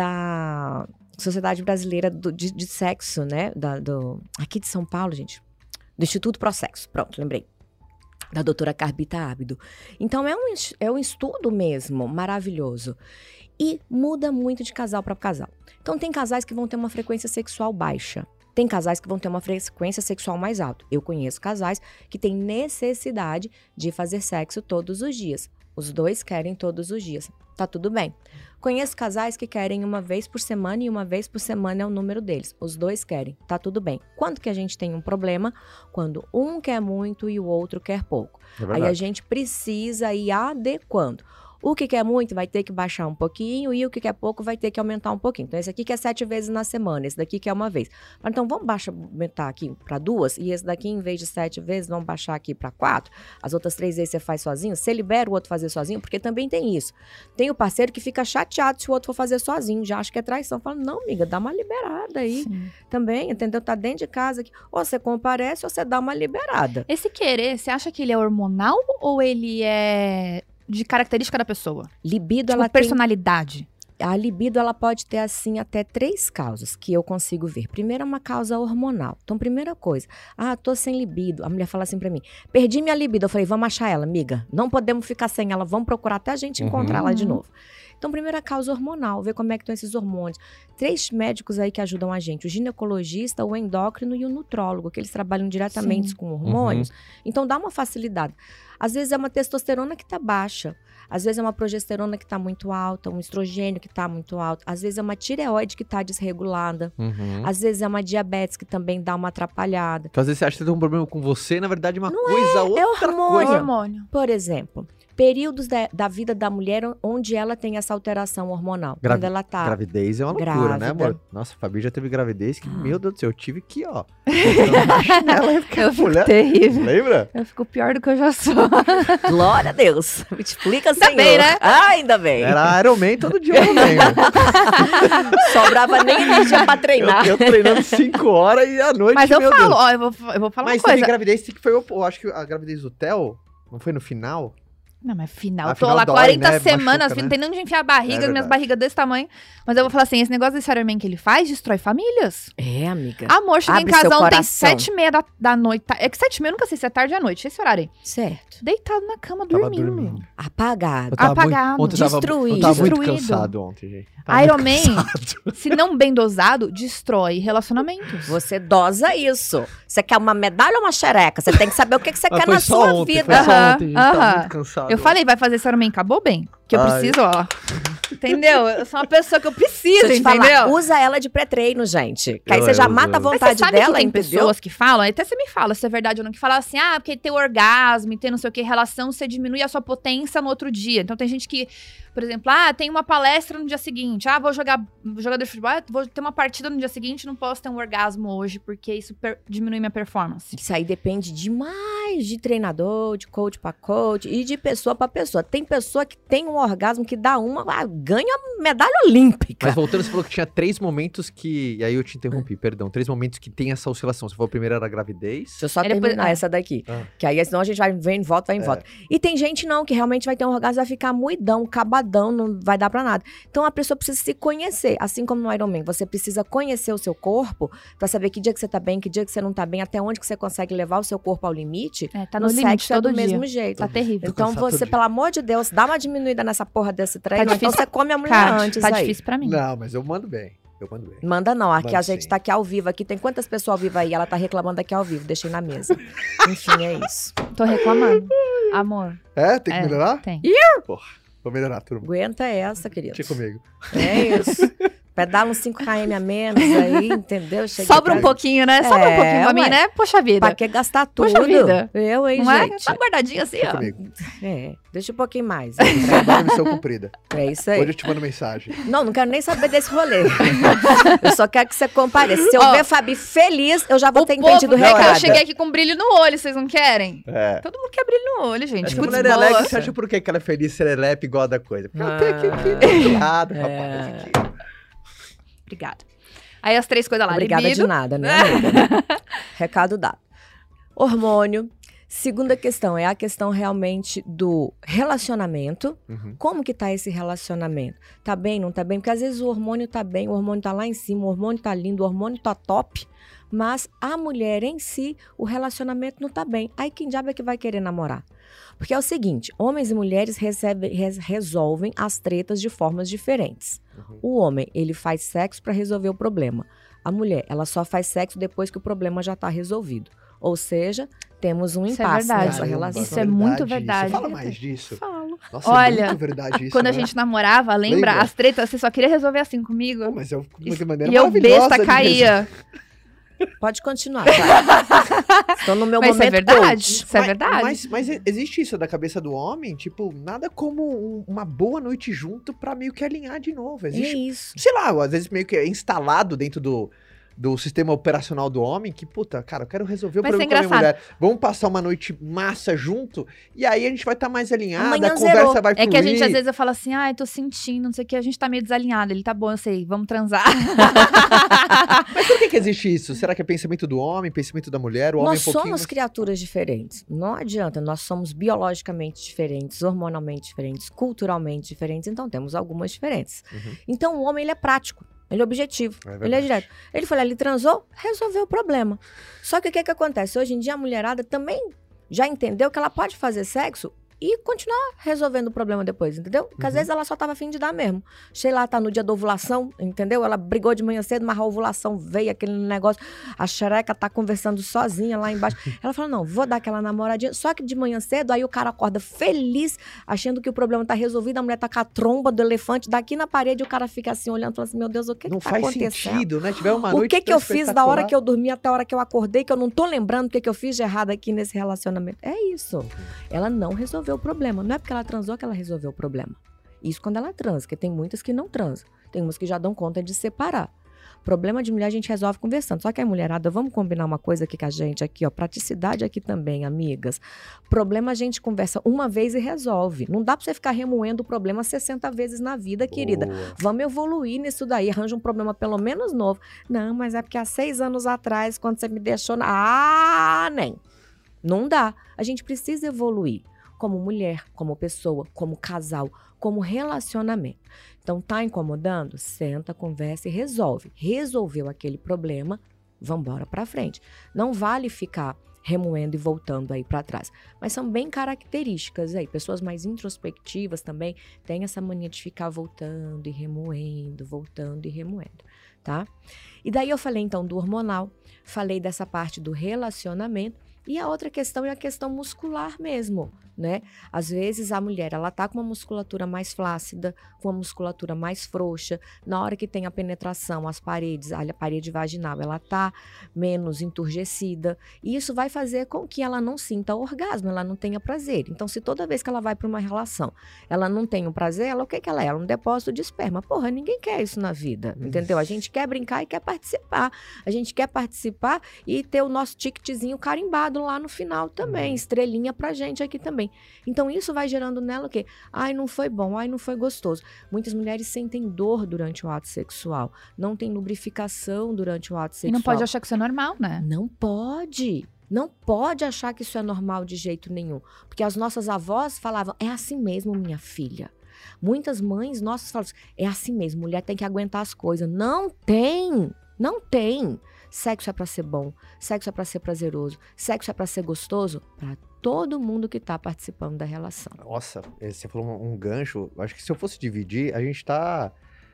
da Sociedade Brasileira do, de, de Sexo, né? Da, do, aqui de São Paulo, gente. Do Instituto Prosexo. Pronto, lembrei. Da doutora Carbita Ábido. Então, é um, é um estudo mesmo maravilhoso. E muda muito de casal para casal. Então, tem casais que vão ter uma frequência sexual baixa. Tem casais que vão ter uma frequência sexual mais alta. Eu conheço casais que têm necessidade de fazer sexo todos os dias. Os dois querem todos os dias. Tá tudo bem. Conheço casais que querem uma vez por semana e uma vez por semana é o número deles. Os dois querem. Tá tudo bem. Quando que a gente tem um problema? Quando um quer muito e o outro quer pouco. É Aí a gente precisa ir adequando. O que quer muito vai ter que baixar um pouquinho e o que quer pouco vai ter que aumentar um pouquinho. Então, esse aqui quer sete vezes na semana, esse daqui quer uma vez. Então, vamos baixar, aumentar aqui para duas e esse daqui, em vez de sete vezes, vamos baixar aqui para quatro. As outras três vezes você faz sozinho, você libera o outro fazer sozinho, porque também tem isso. Tem o parceiro que fica chateado se o outro for fazer sozinho, já acha que é traição. Fala, não, amiga, dá uma liberada aí. Sim. Também, entendeu? Tá dentro de casa aqui. Ou você comparece ou você dá uma liberada. Esse querer, você acha que ele é hormonal ou ele é de característica da pessoa? Libido, tipo, ela personalidade. Tem, a libido, ela pode ter, assim, até três causas que eu consigo ver. Primeiro, é uma causa hormonal. Então, primeira coisa, ah, tô sem libido. A mulher fala assim pra mim, perdi minha libido. Eu falei, vamos achar ela, amiga. Não podemos ficar sem ela, vamos procurar até a gente uhum. encontrar ela de novo. Então, primeira causa hormonal, ver como é que estão esses hormônios. Três médicos aí que ajudam a gente, o ginecologista, o endócrino e o nutrólogo, que eles trabalham diretamente Sim. com hormônios. Uhum. Então, dá uma facilidade. Às vezes é uma testosterona que tá baixa, às vezes é uma progesterona que tá muito alta, um estrogênio que tá muito alto, às vezes é uma tireoide que tá desregulada, uhum. às vezes é uma diabetes que também dá uma atrapalhada. Então, às vezes você acha que tem um problema com você, na verdade é uma Não coisa, é, outra é hormônio. coisa. hormônio. Por exemplo, períodos da, da vida da mulher onde ela tem essa alteração hormonal. Gravi- quando ela tá Gravidez é uma loucura, grávida. né, amor? Nossa, a Fabi já teve gravidez que, Ah. meu Deus do céu, eu tive aqui, ó. Ela Eu fico mulher... terrível. Lembra? Eu fico pior do que eu já sou. Glória a Deus. Me explica, Ainda Senhor. bem, né? Ah, ainda bem. Era Iron Man todo dia também. Sobrava nem energia pra treinar. Eu, eu treinando cinco horas e à noite, Mas eu meu falo, Deus. ó, eu vou, eu vou falar Mas uma coisa. teve gravidez que foi, eu acho que a gravidez do Theo, não foi no final? Não, mas final, Ah, eu tô final lá dói, quarenta né? semanas, Machuca, não né? tem nem onde enfiar a barriga, É as minhas verdade. barrigas desse tamanho. Mas eu vou falar assim, esse negócio desse Iron Man que ele faz, destrói famílias. É, amiga. Amor, chega em Abre casa seu ontem, coração. sete e meia da, da noite. tá- É que sete e meia, eu nunca sei se é tarde ou à noite, esse horário aí. Certo. Deitado na cama, Tava dormindo. dormindo. Apagado. Eu tava Apagado, muito, ontem eu tava, destruído. eu tava muito Destruído. cansado ontem, gente. Tava Iron muito Man, cansado. se não bem dosado, destrói relacionamentos. Você dosa isso. Você quer uma medalha ou uma xereca? Você tem que saber o que, que você Mas quer foi na só sua ontem, vida. Foi só Aham, ontem, a gente tava aham. muito cansado. Eu falei, vai fazer esse Iron Man, acabou bem. Que eu Ai. preciso, ó. Entendeu? Eu sou uma pessoa que eu preciso, Deixa eu te entendeu? falar, usa ela de pré-treino, gente. Que aí Eu- você já eu- mata a eu- Mas vontade você sabe dela, que tem entendeu? pessoas que falam, até você me fala se é verdade ou não, que falam assim, ah, porque ter orgasmo e ter não sei o que, relação, você diminui a sua potência no outro dia. Então tem gente que, por exemplo, ah, tem uma palestra no dia seguinte, ah, vou jogar jogador de futebol, ah, vou ter uma partida no dia seguinte, não posso ter um orgasmo hoje, porque isso per- diminui minha performance. Isso aí depende demais de treinador, de coach pra coach e de pessoa pra pessoa. Tem pessoa que tem um orgasmo que dá uma, ah, ganha medalha olímpica. Mas voltando, você falou que tinha três momentos que... E aí eu te interrompi, perdão. Três momentos que tem essa oscilação. Você falou, primeiro era a gravidez. Deixa eu só Aí depois- terminar ah. essa daqui. Ah. Que aí senão a gente vai vem em volta, vai em É. volta. E tem gente não, que realmente vai ter um orgasmo, vai ficar muidão, cabadão, não vai dar pra nada. Então a pessoa precisa se conhecer. Assim como no Iron Man, você precisa conhecer o seu corpo pra saber que dia que você tá bem, que dia que você não tá bem, até onde que você consegue levar o seu corpo ao limite. É, tá no, no limite sexo é todo do dia. mesmo jeito. Tá terrível. Então cansado todo você, dia. pelo amor de Deus, dá uma diminuída nessa porra desse treino, difícil. então você come a mulher Cara, antes tá aí. difícil pra mim. Não, mas eu mando bem. Eu mando bem. Manda não, aqui Manda a gente sim. tá aqui ao vivo, aqui tem quantas pessoas ao vivo aí? Ela tá reclamando aqui ao vivo, deixei na mesa. Enfim, é isso. Tô reclamando. Amor, É? Tem que É. melhorar? tem. Porra, vou melhorar, turma. Aguenta essa, querido. Tinha comigo. É isso. Pedala uns cinco quilômetros a menos aí, entendeu? Chega Sobra em um casa. pouquinho, né? Sobra um É, pouquinho pra mim, ué. né? Poxa vida. Pra que gastar tudo? Poxa vida. Eu, hein, Não é? gente? Tá guardadinho assim, Fica ó. comigo. É, deixa um pouquinho mais. Trabalho missão cumprida. É isso aí. Hoje eu te mando mensagem. Não, não quero nem saber desse rolê. Eu só quero que você compareça. Se eu Ó, ver a Fabi feliz, eu já vou O ter povo entendido o quer que eu recado. cheguei aqui com brilho no olho, vocês não querem? É. Todo mundo quer brilho no olho, gente. Essa Putz, mulher é alegre, boa. você acha por que que ela é feliz, serelepe, igual a da coisa? Porque ela tem aqui, Ah. aqui do outro lado, É. rapaz. Aqui. Obrigada. Aí as três coisas lá, Obrigada libido. de nada, né, amiga? Recado dado. Hormônio. Segunda questão é a questão realmente do relacionamento. Uhum. Como que tá esse relacionamento? Tá bem, não tá bem? Porque às vezes o hormônio tá bem, o hormônio tá lá em cima, o hormônio tá lindo, o hormônio tá top, mas a mulher em si, o relacionamento não tá bem. Aí quem diabo é que vai querer namorar? Porque é o seguinte, homens e mulheres recebe, res- resolvem as tretas de formas diferentes. Uhum. O homem, ele faz sexo para resolver o problema. A mulher, ela só faz sexo depois que o problema já tá resolvido. Ou seja, temos um Isso é impasse verdade. nessa Caramba, relação. Isso é muito verdade. Fala mais disso. Falo. Nossa, Olha, é muito verdade isso, Quando né? a gente namorava, lembra? Lembra? As tretas, você só queria resolver assim comigo. Pô, mas é uma E- maneira e eu maravilhosa besta de caía. Pode continuar, vai. Estou no meu Mas isso é momento verdade? coach. Isso é Mas- verdade? Mas, mas existe isso da cabeça do homem? Tipo, nada como um- uma boa noite junto pra meio que alinhar de novo. É Existe, isso. sei lá, às vezes meio que é instalado dentro do, do sistema operacional do homem que, puta, cara, eu quero resolver o Vai problema ser com a minha engraçado. mulher. Vamos passar uma noite massa junto e aí a gente vai estar mais alinhada, Amanhã a conversa zerou. vai É fluir. que a gente, às vezes, eu falo assim, ai, tô sentindo, não sei o que, a gente tá meio desalinhado. Ele, tá bom, eu sei, vamos transar. Mas por que que existe isso? Será que é pensamento do homem, pensamento da mulher? O homem Nós é um pouquinho somos mais- criaturas diferentes. Não adianta, nós somos biologicamente diferentes, hormonalmente diferentes, culturalmente diferentes, então temos algumas diferenças. Uhum. Então o homem, ele é prático, ele é objetivo, É ele é verdade. direto. Ele foi lá, ele transou, resolveu o problema. Só que o que que acontece? Hoje em dia a mulherada também já entendeu que ela pode fazer sexo e continuar resolvendo o problema depois, entendeu? Porque às Uhum. vezes ela só tava afim de dar mesmo. Sei lá, tá no dia da ovulação, entendeu? Ela brigou de manhã cedo, mas a ovulação veio, aquele negócio, a xereca tá conversando sozinha lá embaixo. Ela falou, não, vou dar aquela namoradinha. Só que de manhã cedo, aí o cara acorda feliz, achando que o problema tá resolvido, a mulher tá com a tromba do elefante daqui na parede, e o cara fica assim, olhando, falando assim, meu Deus, o que Não que tá faz acontecendo? sentido, né? Tiver uma O noite que que tão eu fiz da hora espetacular. que eu dormi até a hora que eu acordei, que eu não tô lembrando o que que eu fiz de errado aqui nesse relacionamento? É isso. Ela não resolveu o problema. Não é porque ela transou que ela resolveu o problema. Isso quando ela transa, porque tem muitas que não transam. Tem umas que já dão conta de separar. Problema de mulher a gente resolve conversando. Só que a mulherada, vamos combinar uma coisa aqui com a gente, aqui, ó. Praticidade aqui também, amigas. Problema a gente conversa uma vez e resolve. Não dá pra você ficar remoendo o problema sessenta vezes na vida, querida. Boa. Vamos evoluir nisso daí, arranja um problema pelo menos novo. Não, mas é porque há seis anos atrás, quando você me deixou... Na... Ah, nem. Não dá. A gente precisa evoluir. Como mulher, como pessoa, como casal, como relacionamento. Então, tá incomodando? Senta, conversa e resolve. Resolveu aquele problema, vambora pra frente. Não vale ficar remoendo e voltando aí pra trás. Mas são bem características aí. Pessoas mais introspectivas também têm essa mania de ficar voltando e remoendo, voltando e remoendo, tá? E daí eu falei então do hormonal, falei dessa parte do relacionamento. E a outra questão é a questão muscular mesmo, né? Às vezes a mulher, ela tá com uma musculatura mais flácida, com uma musculatura mais frouxa. Na hora que tem a penetração, as paredes, a parede vaginal, ela tá menos enturgecida. E isso vai fazer com que ela não sinta orgasmo, ela não tenha prazer. Então, se toda vez que ela vai para uma relação, ela não tem um prazer, ela o que que ela é? Ela é um depósito de esperma. Porra, ninguém quer isso na vida, entendeu? A gente quer brincar e quer participar. A gente quer participar e ter o nosso ticketzinho carimbado lá no final também, Uhum. estrelinha pra gente aqui também. Então isso vai gerando nela o quê? Ai, não foi bom, ai, não foi gostoso. Muitas mulheres sentem dor durante o ato sexual, não tem lubrificação durante o ato E sexual. não pode achar que isso é normal, né? Não pode. Não pode achar que isso é normal de jeito nenhum. Porque as nossas avós falavam, é assim mesmo, minha filha. Muitas mães nossas falam, é assim mesmo, mulher tem que aguentar as coisas. Não tem, não tem. Sexo é pra ser bom, sexo é pra ser prazeroso, sexo é pra ser gostoso pra todo mundo que tá participando da relação. Nossa, eh, você falou um, um gancho. Acho que se eu fosse dividir, a gente tá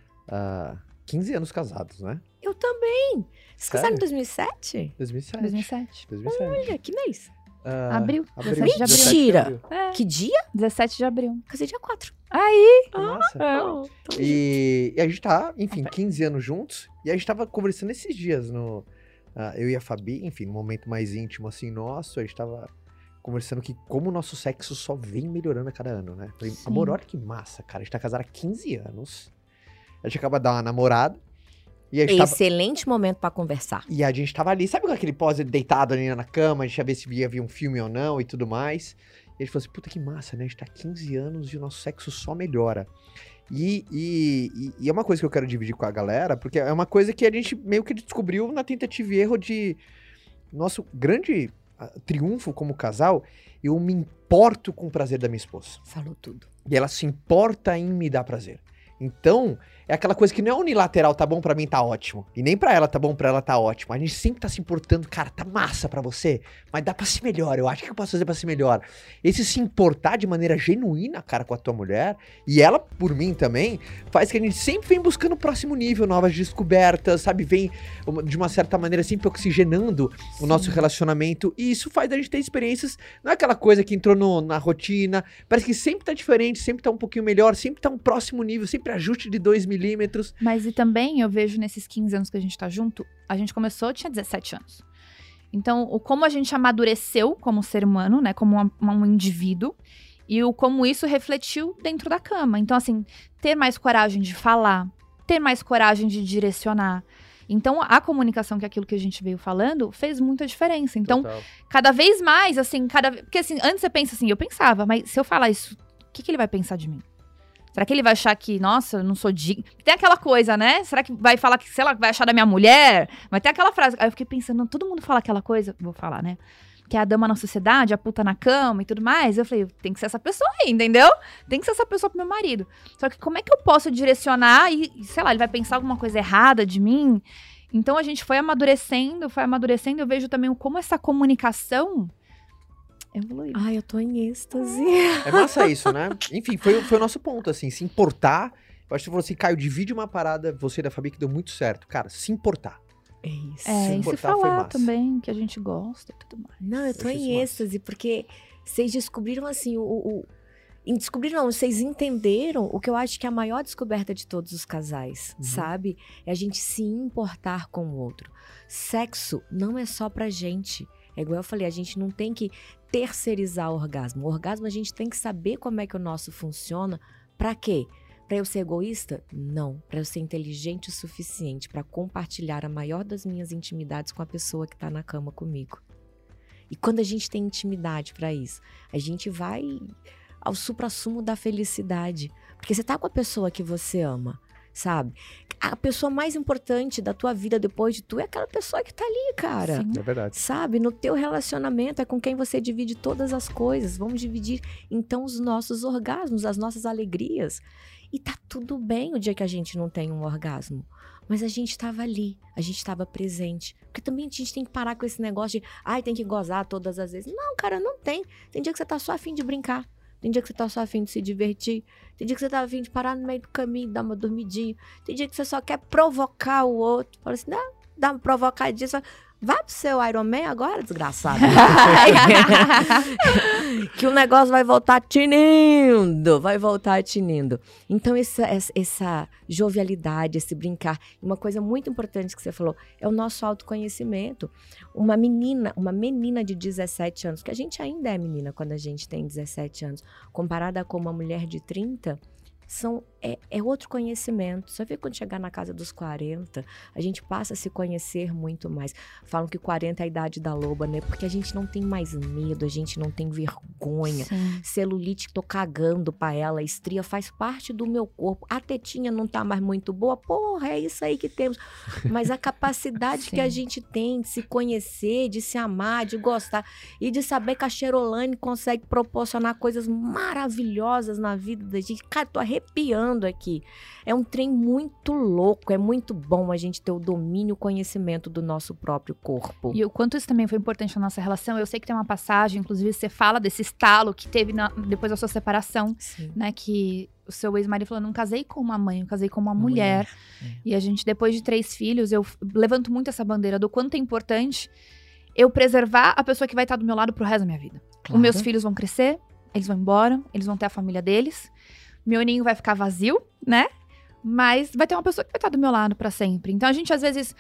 há quinze anos casados, né? Eu também. Vocês casaram em Sério? dois mil e sete? dois mil e sete. dois mil e sete. dois mil e sete. Olha, que mês? Ah, Abril. abril. dezessete de abril. Mentira! É, Que dia? dezessete de abril. Casei dia quatro. Aí, Nossa. é. Oh, tamo E, e a gente tá, enfim, quinze anos juntos. E a gente tava conversando esses dias no... ah, eu e a Fabi, enfim, num momento mais íntimo assim nosso, a gente tava conversando que como o nosso sexo só vem melhorando a cada ano, né? Falei, Sim. amor, olha que massa, cara. A gente tá casado há quinze anos. A gente acaba de dar uma namorada. E a gente tava... Excelente momento pra conversar. E a gente tava ali, sabe com aquele pós deitado ali na cama, a gente ia ver se ia ver um filme ou não e tudo mais. E a gente falou assim, puta que massa, né? A gente tá há quinze anos e o nosso sexo só melhora. E, e, e- e é uma coisa que eu quero dividir com a galera, porque é uma coisa que a gente meio que descobriu na tentativa e erro de... Nosso grande ah, triunfo como casal, eu me importo com o prazer da minha esposa. Falou tudo. E ela se importa em me dar prazer. Então, é aquela coisa que não é unilateral, tá bom pra mim, tá ótimo. E nem pra ela, tá bom pra ela, tá ótimo. A gente sempre tá se importando, cara, tá massa pra você, mas dá pra ser melhor, eu acho que eu posso fazer pra ser melhor. Esse se importar de maneira genuína, cara, com a tua mulher, e ela, por mim também, faz que a gente sempre vem buscando o próximo nível, novas descobertas, sabe? Vem, uma- de uma certa maneira, sempre oxigenando o nosso relacionamento. E isso faz a gente ter experiências, não é aquela coisa que entrou no- na rotina, parece que sempre tá diferente, sempre tá um pouquinho melhor, sempre tá um próximo nível, sempre ajuste de dois milímetros. Mas e também eu vejo nesses quinze anos que a gente tá junto, a gente começou, tinha dezessete anos. Então, o como a gente amadureceu como ser humano, né, como uma- uma- um indivíduo, e o como isso refletiu dentro da cama. Então, assim, ter mais coragem de falar, ter mais coragem de direcionar. Então, a comunicação, que é aquilo que a gente veio falando, fez muita diferença. Então, Total. cada vez mais, assim, cada ve- porque assim, antes você pensa assim, eu pensava, mas se eu falar isso, o que, que ele vai pensar de mim? Será que ele vai achar que, nossa, eu não sou digna? Tem aquela coisa, né? Será que vai falar que, sei lá, vai achar da minha mulher? Vai ter aquela frase. Aí eu fiquei pensando, não, todo mundo fala aquela coisa, vou falar, né? Que é a dama na sociedade, a puta na cama e tudo mais. Eu falei, tem que ser essa pessoa aí, entendeu? Tem que ser essa pessoa pro meu marido. Só que como é que eu posso direcionar e, e, sei lá, ele vai pensar alguma coisa errada de mim? Então a gente foi amadurecendo, foi amadurecendo. Eu vejo também como essa comunicação evoluiu. Ai, eu tô em êxtase. É massa isso, né? Enfim, foi, foi o nosso ponto, assim, se importar. Eu acho que você falou assim, Caio, divide uma parada, você e da Fabi, que deu muito certo. Cara, se importar. É isso. É, e se importar foi falar massa. também que a gente gosta e tudo mais. Não, eu tô Eu achei em isso êxtase, porque vocês descobriram assim, o. o, o em descobriram, não, vocês entenderam o que eu acho que é a maior descoberta de todos os casais, Uhum. sabe? É a gente se importar com o outro. Sexo não é só pra gente. É igual eu falei, a gente não tem que terceirizar o orgasmo. O orgasmo a gente tem que saber como é que o nosso funciona. Pra quê? Pra eu ser egoísta? Não. Pra eu ser inteligente o suficiente pra compartilhar a maior das minhas intimidades com a pessoa que tá na cama comigo. E quando a gente tem intimidade pra isso, a gente vai ao suprassumo da felicidade. Porque você tá com a pessoa que você ama, sabe? A pessoa mais importante da tua vida depois de tu é aquela pessoa que tá ali, cara. Sim. É verdade. Sabe? No teu relacionamento é com quem você divide todas as coisas. Vamos dividir, então, os nossos orgasmos, as nossas alegrias. E tá tudo bem o dia que a gente não tem um orgasmo. Mas a gente tava ali, a gente tava presente. Porque também a gente tem que parar com esse negócio de, ai, tem que gozar todas as vezes. Não, cara, não tem. Tem dia que você tá só a fim de brincar. Tem dia que você tá só a fim de se divertir. Tem dia que você tá a fim de parar no meio do caminho e dar uma dormidinha. Tem dia que você só quer provocar o outro. Fala assim, dá, dá uma provocadinha. Só... Vai pro seu Iron Man agora, desgraçado. Que o negócio vai voltar tinindo. Vai voltar tinindo. Então, essa, essa, essa jovialidade, esse brincar. Uma coisa muito importante que você falou é o nosso autoconhecimento. Uma menina, uma menina de dezessete anos, que a gente ainda é menina quando a gente tem dezessete anos, comparada com uma mulher de trinta, são, é, é outro conhecimento. Só vê quando chegar na casa dos quarenta, a gente passa a se conhecer muito mais. Falam que quarenta é a idade da loba, né? Porque a gente não tem mais medo, a gente não tem vergonha. Sim. Celulite, tô cagando pra ela, estria faz parte do meu corpo. A tetinha não tá mais muito boa, porra, é isso aí que temos. Mas a capacidade que a Sim. gente tem de se conhecer, de se amar, de gostar e de saber que a Cherolane consegue proporcionar coisas maravilhosas na vida da gente. Cara, tô arrepiando aqui. É um trem muito louco, é muito bom a gente ter o domínio, o conhecimento do nosso próprio corpo. E o quanto isso também foi importante na nossa relação, eu sei que tem uma passagem, inclusive você fala desse estalo que teve na- depois da sua separação, Sim. né, que o seu ex-marido falou, não casei com uma mãe, eu casei com uma, Uma mulher. mulher, E a gente, depois de três filhos, eu f- levanto muito essa bandeira do quanto é importante eu preservar a pessoa que vai estar do meu lado pro resto da minha vida. Claro. Os meus filhos vão crescer, eles vão embora, eles vão ter a família deles. Meu ninho vai ficar vazio, né? Mas vai ter uma pessoa que vai estar do meu lado pra sempre. Então a gente, às vezes,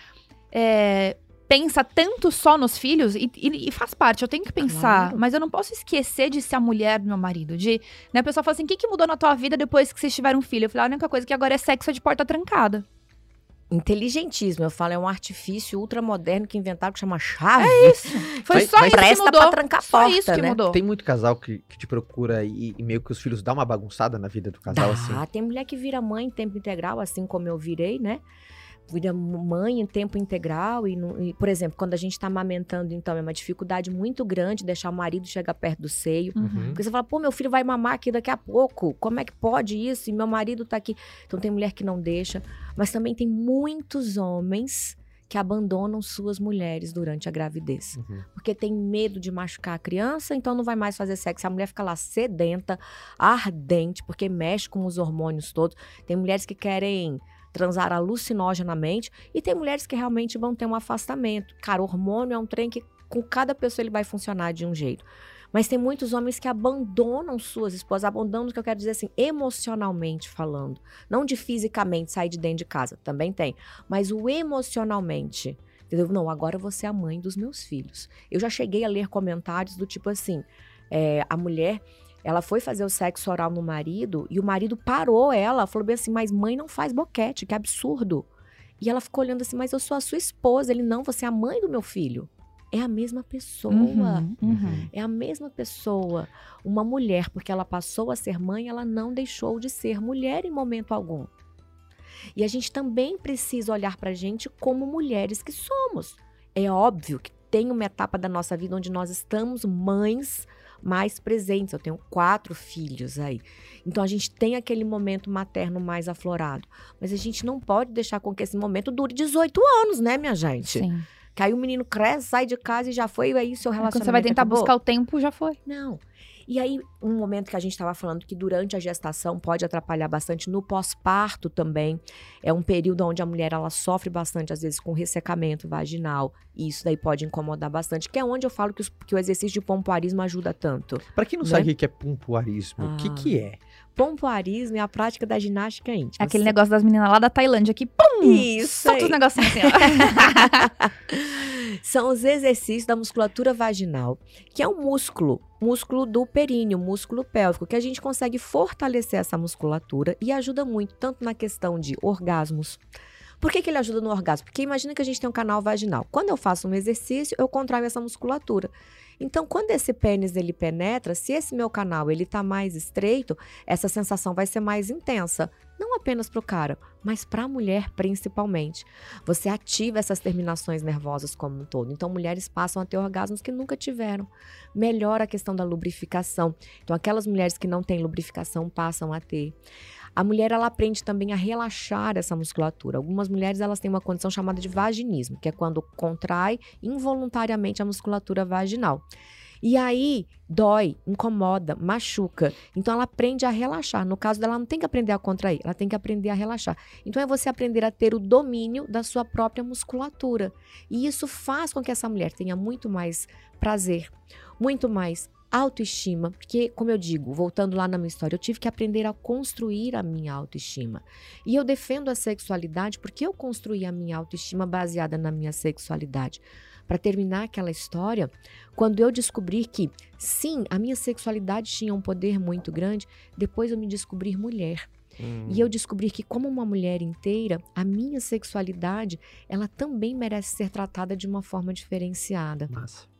é, pensa tanto só nos filhos e, e, e faz parte. Eu tenho que pensar, Claro. mas eu não posso esquecer de ser a mulher do meu marido. De, né, a pessoa fala assim, o que, que mudou na tua vida depois que vocês tiveram um filho? Eu falei, a única coisa que agora é sexo de porta trancada. Inteligentíssimo, eu falo, é um artifício ultramoderno que inventaram que chama chave. É isso. Foi Mas- só mas isso que presta mudou. pra trancar a Só porta, isso que né? mudou. Tem muito casal que, que te procura e, e meio que os filhos dão uma bagunçada na vida do casal, assim. Ah, tem mulher que vira mãe em tempo integral, assim como eu virei, né? Vira mãe em tempo integral e, não- e, por exemplo, quando a gente tá amamentando, então, é uma dificuldade muito grande deixar o marido chegar perto do seio. Uhum. Porque você fala, pô, meu filho vai mamar aqui daqui a pouco. Como é que pode isso? E meu marido tá aqui. Então tem mulher que não deixa. Mas também tem muitos homens que abandonam suas mulheres durante a gravidez. Uhum. Porque tem medo de machucar a criança, então não vai mais fazer sexo. A mulher fica lá sedenta, ardente, porque mexe com os hormônios todos. Tem mulheres que querem transar alucinogenamente e tem mulheres que realmente vão ter um afastamento. Cara, o hormônio é um trem que com cada pessoa ele vai funcionar de um jeito. Mas tem muitos homens que abandonam suas esposas, abandonam o que eu quero dizer assim, emocionalmente falando. Não de fisicamente sair de dentro de casa, também tem. Mas o emocionalmente. Entendeu? Não, agora você é a mãe dos meus filhos. Eu já cheguei a ler comentários do tipo assim, é, a mulher, ela foi fazer o sexo oral no marido e o marido parou ela, falou bem assim, mas mãe não faz boquete, que absurdo. E ela ficou olhando assim, mas eu sou a sua esposa. Ele, não, você é a mãe do meu filho. É a mesma pessoa. Uhum, uhum. É a mesma pessoa. Uma mulher, porque ela passou a ser mãe, ela não deixou de ser mulher em momento algum. E a gente também precisa olhar pra gente como mulheres que somos. É óbvio que tem uma etapa da nossa vida onde nós estamos mães mais presentes. Eu tenho quatro filhos aí. Então a gente tem aquele momento materno mais aflorado. Mas a gente não pode deixar com que esse momento dure dezoito anos, né, minha gente? Sim. Que aí o menino cresce, sai de casa e já foi, e aí seu relacionamento Quando você vai tentar acabou. buscar o tempo, já foi. Não. E aí, um momento que a gente estava falando que durante a gestação pode atrapalhar bastante, no pós-parto também. É um período onde a mulher ela sofre bastante, às vezes, com ressecamento vaginal. E isso daí pode incomodar bastante, que é onde eu falo que, os- que o exercício de pompoarismo ajuda tanto. Pra quem não Né? sabe o que é pompoarismo, o que Ah. que é? Pompoarismo é a prática da ginástica íntima. É aquele negócio das meninas lá da Tailândia que, pum, Isso solta aí. os negocinhos assim, ó. São os exercícios da musculatura vaginal, que é um músculo, músculo do períneo, músculo pélvico, que a gente consegue fortalecer essa musculatura e ajuda muito, tanto na questão de orgasmos. Por que que ele ajuda no orgasmo? Porque imagina que a gente tem um canal vaginal. Quando eu faço um exercício, eu contraio essa musculatura. Então, quando esse pênis ele penetra, se esse meu canal ele tá mais estreito, essa sensação vai ser mais intensa. Não apenas para o cara, mas para a mulher principalmente. Você ativa essas terminações nervosas como um todo. Então, mulheres passam a ter orgasmos que nunca tiveram. Melhora a questão da lubrificação. Então, aquelas mulheres que não têm lubrificação passam a ter. A mulher, ela aprende também a relaxar essa musculatura. Algumas mulheres, elas têm uma condição chamada de vaginismo, que é quando contrai involuntariamente a musculatura vaginal. E aí, dói, incomoda, machuca. Então, ela aprende a relaxar. No caso dela, ela não tem que aprender a contrair, ela tem que aprender a relaxar. Então, é você aprender a ter o domínio da sua própria musculatura. E isso faz com que essa mulher tenha muito mais prazer, muito mais autoestima, porque, como eu digo, voltando lá na minha história, eu tive que aprender a construir a minha autoestima. E eu defendo a sexualidade porque eu construí a minha autoestima baseada na minha sexualidade. Para terminar aquela história, quando eu descobri que, sim, a minha sexualidade tinha um poder muito grande, depois eu me descobri mulher. Hum. E eu descobri que, como uma mulher inteira, a minha sexualidade, ela também merece ser tratada de uma forma diferenciada. Massa.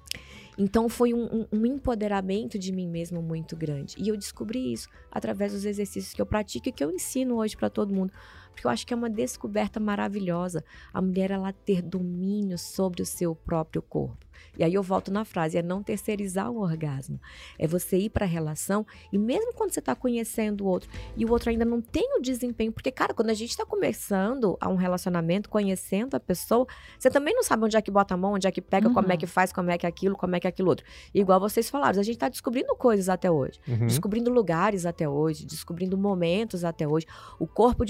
Então foi um, um, um empoderamento de mim mesma muito grande. E eu descobri isso através dos exercícios que eu pratico e que eu ensino hoje para todo mundo. Porque eu acho que é uma descoberta maravilhosa a mulher ela ter domínio sobre o seu próprio corpo. E aí eu volto na frase, é não terceirizar o orgasmo. É você ir para a relação e mesmo quando você está conhecendo o outro e o outro ainda não tem o desempenho, porque, cara, quando a gente está começando a um relacionamento, conhecendo a pessoa, você também não sabe onde é que bota a mão, onde é que pega, Uhum. como é que faz, como é que é aquilo, como é que é aquilo outro. E igual vocês falaram, a gente está descobrindo coisas até hoje. Uhum. Descobrindo lugares até hoje, descobrindo momentos até hoje. O corpo de uma mulher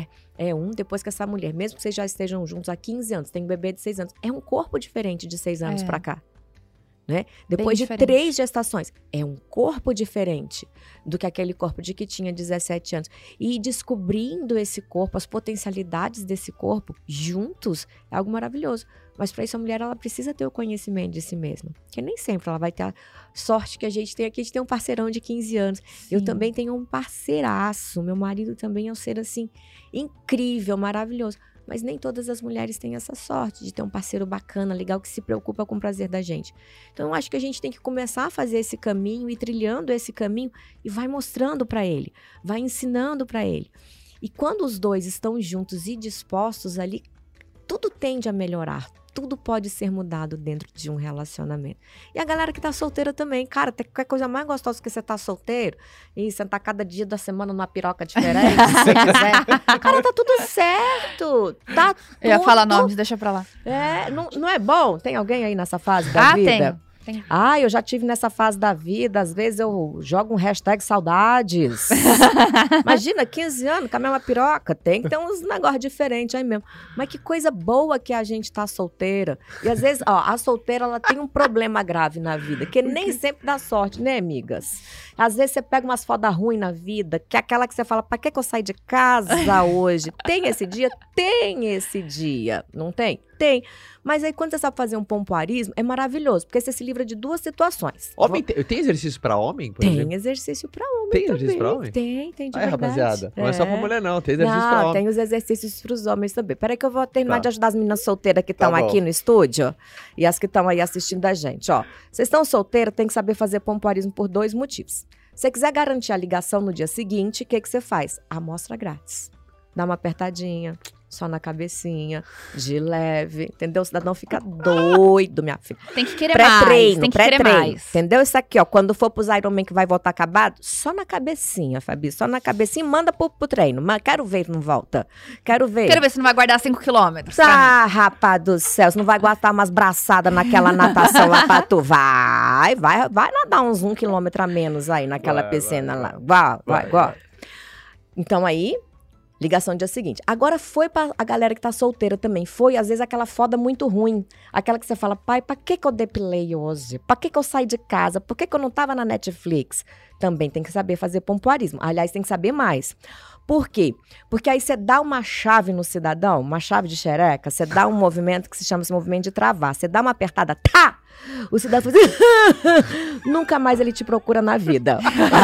é um, depois que essa mulher, mesmo que vocês já estejam juntos há quinze anos, tem um bebê de seis anos, é um corpo diferente de seis anos É. pra cá. Né? Depois de diferente. três gestações, é um corpo diferente do que aquele corpo de que tinha dezessete anos. E descobrindo esse corpo, as potencialidades desse corpo juntos, é algo maravilhoso. Mas para isso a mulher ela precisa ter o conhecimento de si mesma. Porque nem sempre ela vai ter a sorte que a gente tem aqui. A gente tem um parceirão de quinze anos. Eu Sim. também tenho um parceiraço. Meu marido também é um ser assim, incrível, maravilhoso. Mas nem todas as mulheres têm essa sorte de ter um parceiro bacana, legal, que se preocupa com o prazer da gente. Então, eu acho que a gente tem que começar a fazer esse caminho, ir trilhando esse caminho e vai mostrando para ele, vai ensinando para ele. E quando os dois estão juntos e dispostos ali, tudo tende a melhorar. Tudo pode ser mudado dentro de um relacionamento. E a galera que tá solteira também. Cara, tem qualquer coisa mais gostosa que você tá solteiro e sentar cada dia da semana numa piroca diferente, se você quiser. Cara, tá tudo certo. Tá tudo... Eu ia falar nomes, deixa pra lá. É, não, não é bom? Tem alguém aí nessa fase da Ah, vida? tenho. Tem. Ah, eu já tive nessa fase da vida. Às vezes eu jogo um hashtag saudades. Imagina, quinze anos com a mesma piroca. Tem que ter uns negócios diferentes aí mesmo. Mas que coisa boa que a gente tá solteira. E às vezes, ó, a solteira, ela tem um problema grave na vida. Que nem sempre dá sorte, né, amigas? Às vezes você pega umas fodas ruins na vida, que é aquela que você fala, pra que que eu saí de casa hoje? Tem esse dia? Tem esse dia. Não tem? Tem. Mas aí quando você sabe fazer um pompoarismo, é maravilhoso, porque você se livra de duas situações. Homem tem, tem exercício pra homem, por Tem exemplo? exercício pra homem Tem também. exercício pra homem? Tem, tem de Aí, verdade. rapaziada, não é só pra mulher não, tem exercício pra Não, homem. tem os exercícios pros homens também. Peraí que eu vou terminar Tá. de ajudar as meninas solteiras que Tá estão bom. aqui no estúdio e as que estão aí assistindo a gente, ó. Vocês estão solteiras, tem que saber fazer pompoarismo por dois motivos. Se você quiser garantir a ligação no dia seguinte, o que que você faz? Amostra grátis. Dá uma apertadinha, só na cabecinha, de leve, entendeu? O cidadão fica doido, minha filha. Tem que querer mais. Pré-treino, Tem que querer pré-treino, mais. entendeu? Isso aqui, ó, quando for pros Iron Man que vai voltar acabado, só na cabecinha, Fabi, só na cabecinha, manda pro, pro treino. Mas quero ver se não volta. Quero ver. Quero ver se não vai guardar cinco quilômetros. pra mim. Ah, rapaz do céu, você não vai aguentar umas braçadas naquela natação lá pra tu. Vai, vai, vai nadar uns um quilômetro a menos aí naquela Vai, piscina vai, lá. vai. Vai, vai, Vai, vai. vai. Então aí, ligação no dia seguinte. Agora foi pra a galera que tá solteira também. Foi, às vezes, aquela foda muito ruim. Aquela que você fala, pai, pra que que eu depilei hoje? Pra que que eu saí de casa? Por que que eu não tava na Netflix? Também tem que saber fazer pompoarismo. Aliás, tem que saber mais. Por quê? Porque aí você dá uma chave no cidadão, uma chave de xereca, você dá um movimento que se chama esse movimento de travar. Você dá uma apertada, tá! O cidadão faz assim, nunca mais ele te procura na vida.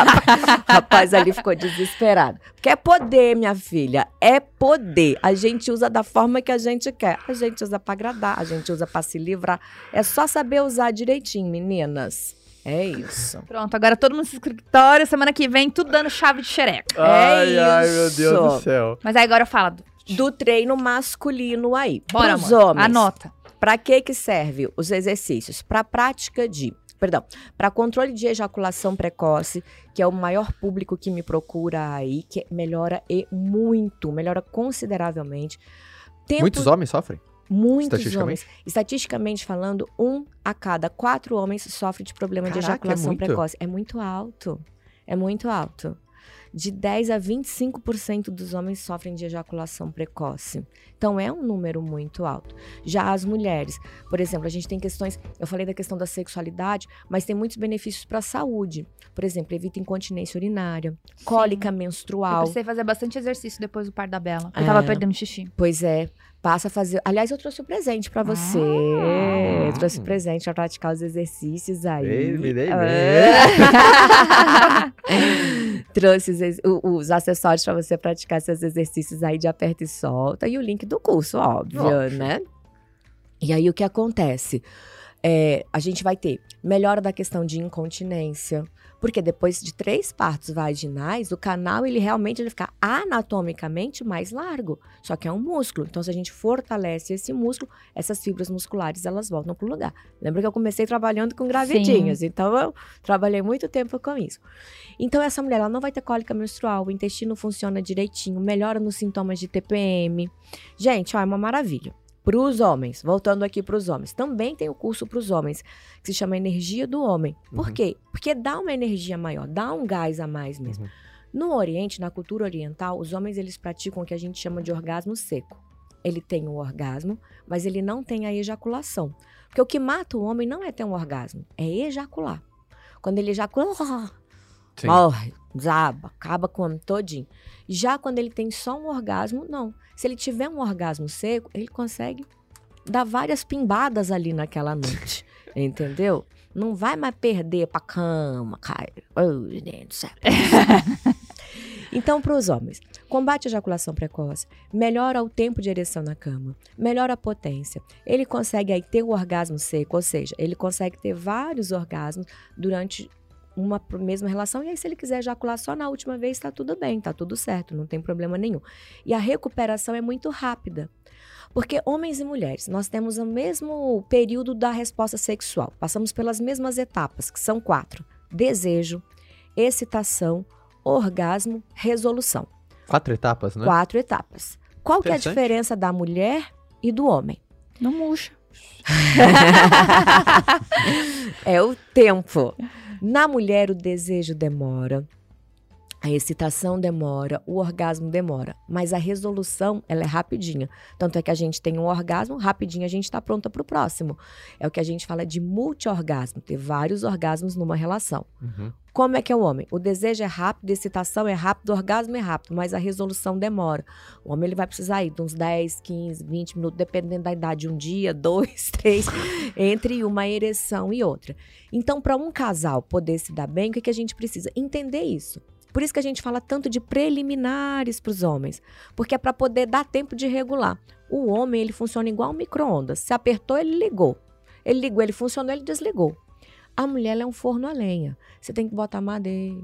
O rapaz ali ficou desesperado. Porque é poder, minha filha, é poder. A gente usa da forma que a gente quer. A gente usa pra agradar, a gente usa pra se livrar. É só saber usar direitinho, meninas. É isso. Pronto, agora todo mundo no escritório, semana que vem, tudo dando chave de xereca. Ai, é ai, meu Deus isso. do céu. Mas aí agora fala. Do... Do treino masculino aí. Bora, Pros amor. homens. Anota. Para que que serve os exercícios? Para prática de, perdão, para controle de ejaculação precoce, que é o maior público que me procura aí, que melhora e muito, melhora consideravelmente. Tempo, Muitos homens sofrem? muitos estatisticamente? homens. Estatisticamente falando, um a cada quatro homens sofre de problema de Caraca, é ejaculação muito? precoce. É muito alto. É muito alto. De dez a vinte e cinco por cento dos homens sofrem de ejaculação precoce. Então, é um número muito alto. Já as mulheres, por exemplo, a gente tem questões... Eu falei da questão da sexualidade, mas tem muitos benefícios para a saúde. Por exemplo, evita incontinência urinária, cólica Eu menstrual. precisei fazer bastante exercício depois do par da Bela. Eu É. tava perdendo xixi. Pois é. Passa a fazer... Aliás, eu trouxe um presente pra você. Ah. Eu trouxe um presente pra praticar os exercícios aí. Ei, me dei É. Trouxe os, ex- o- os acessórios pra você praticar seus exercícios aí de aperta e solta. E o link do curso, óbvio, Óbvio. né? E aí, o que acontece? É, a gente vai ter melhora da questão de incontinência. Porque depois de três partos vaginais, o canal, ele realmente ele fica anatomicamente mais largo. Só que é um músculo. Então, se a gente fortalece esse músculo, essas fibras musculares, elas voltam pro lugar. Lembra que eu comecei trabalhando com gravidinhas. Então, eu trabalhei muito tempo com isso. Então, essa mulher, ela não vai ter cólica menstrual, o intestino funciona direitinho, melhora nos sintomas de T P M. Gente, ó, é uma maravilha. Para os homens, voltando aqui para os homens, também tem o curso para os homens, que se chama Energia do Homem. Por Uhum. quê? Porque dá uma energia maior, dá um gás a mais mesmo. Uhum. No Oriente, na cultura oriental, os homens eles praticam o que a gente chama de orgasmo seco. Ele tem um orgasmo, mas ele não tem a ejaculação. Porque o que mata o homem não é ter um orgasmo, é ejacular. Quando ele ejacula, Sim. morre, desaba, acaba com o homem todinho. Já quando ele tem só um orgasmo, não. Se ele tiver um orgasmo seco, ele consegue dar várias pimbadas ali naquela noite, entendeu? Não vai mais perder pra cama, cara. Oh, gente do céu. Então, para os homens, combate a ejaculação precoce, melhora o tempo de ereção na cama, melhora a potência. Ele consegue aí ter o orgasmo seco, ou seja, ele consegue ter vários orgasmos durante uma mesma relação. E aí, se ele quiser ejacular só na última vez, tá tudo bem, tá tudo certo, não tem problema nenhum. E a recuperação é muito rápida. Porque homens e mulheres, nós temos o mesmo período da resposta sexual. Passamos pelas mesmas etapas, que são quatro. Desejo, excitação, orgasmo, resolução. Quatro etapas, né? Quatro etapas. Qual que é a Interessante. diferença da mulher e do homem? Não murcha. É o tempo. Na mulher, o desejo demora, a excitação demora, o orgasmo demora, mas a resolução, ela é rapidinha. Tanto é que a gente tem um orgasmo, rapidinho a gente está pronta para o próximo. É o que a gente fala de multi-orgasmo, ter vários orgasmos numa relação. Uhum. Como é que é o homem? O desejo é rápido, a excitação é rápido, o orgasmo é rápido, mas a resolução demora. O homem ele vai precisar ir de uns dez, quinze, vinte minutos, dependendo da idade, um dia, dois, três, entre uma ereção e outra. Então, para um casal poder se dar bem, o que, que a gente precisa? Entender isso. Por isso que a gente fala tanto de preliminares para os homens, porque é para poder dar tempo de regular. O homem, ele funciona igual um micro-ondas. Se apertou, ele ligou. Ele ligou, ele funcionou, ele desligou. A mulher ela é um forno a lenha. Você tem que botar madeira,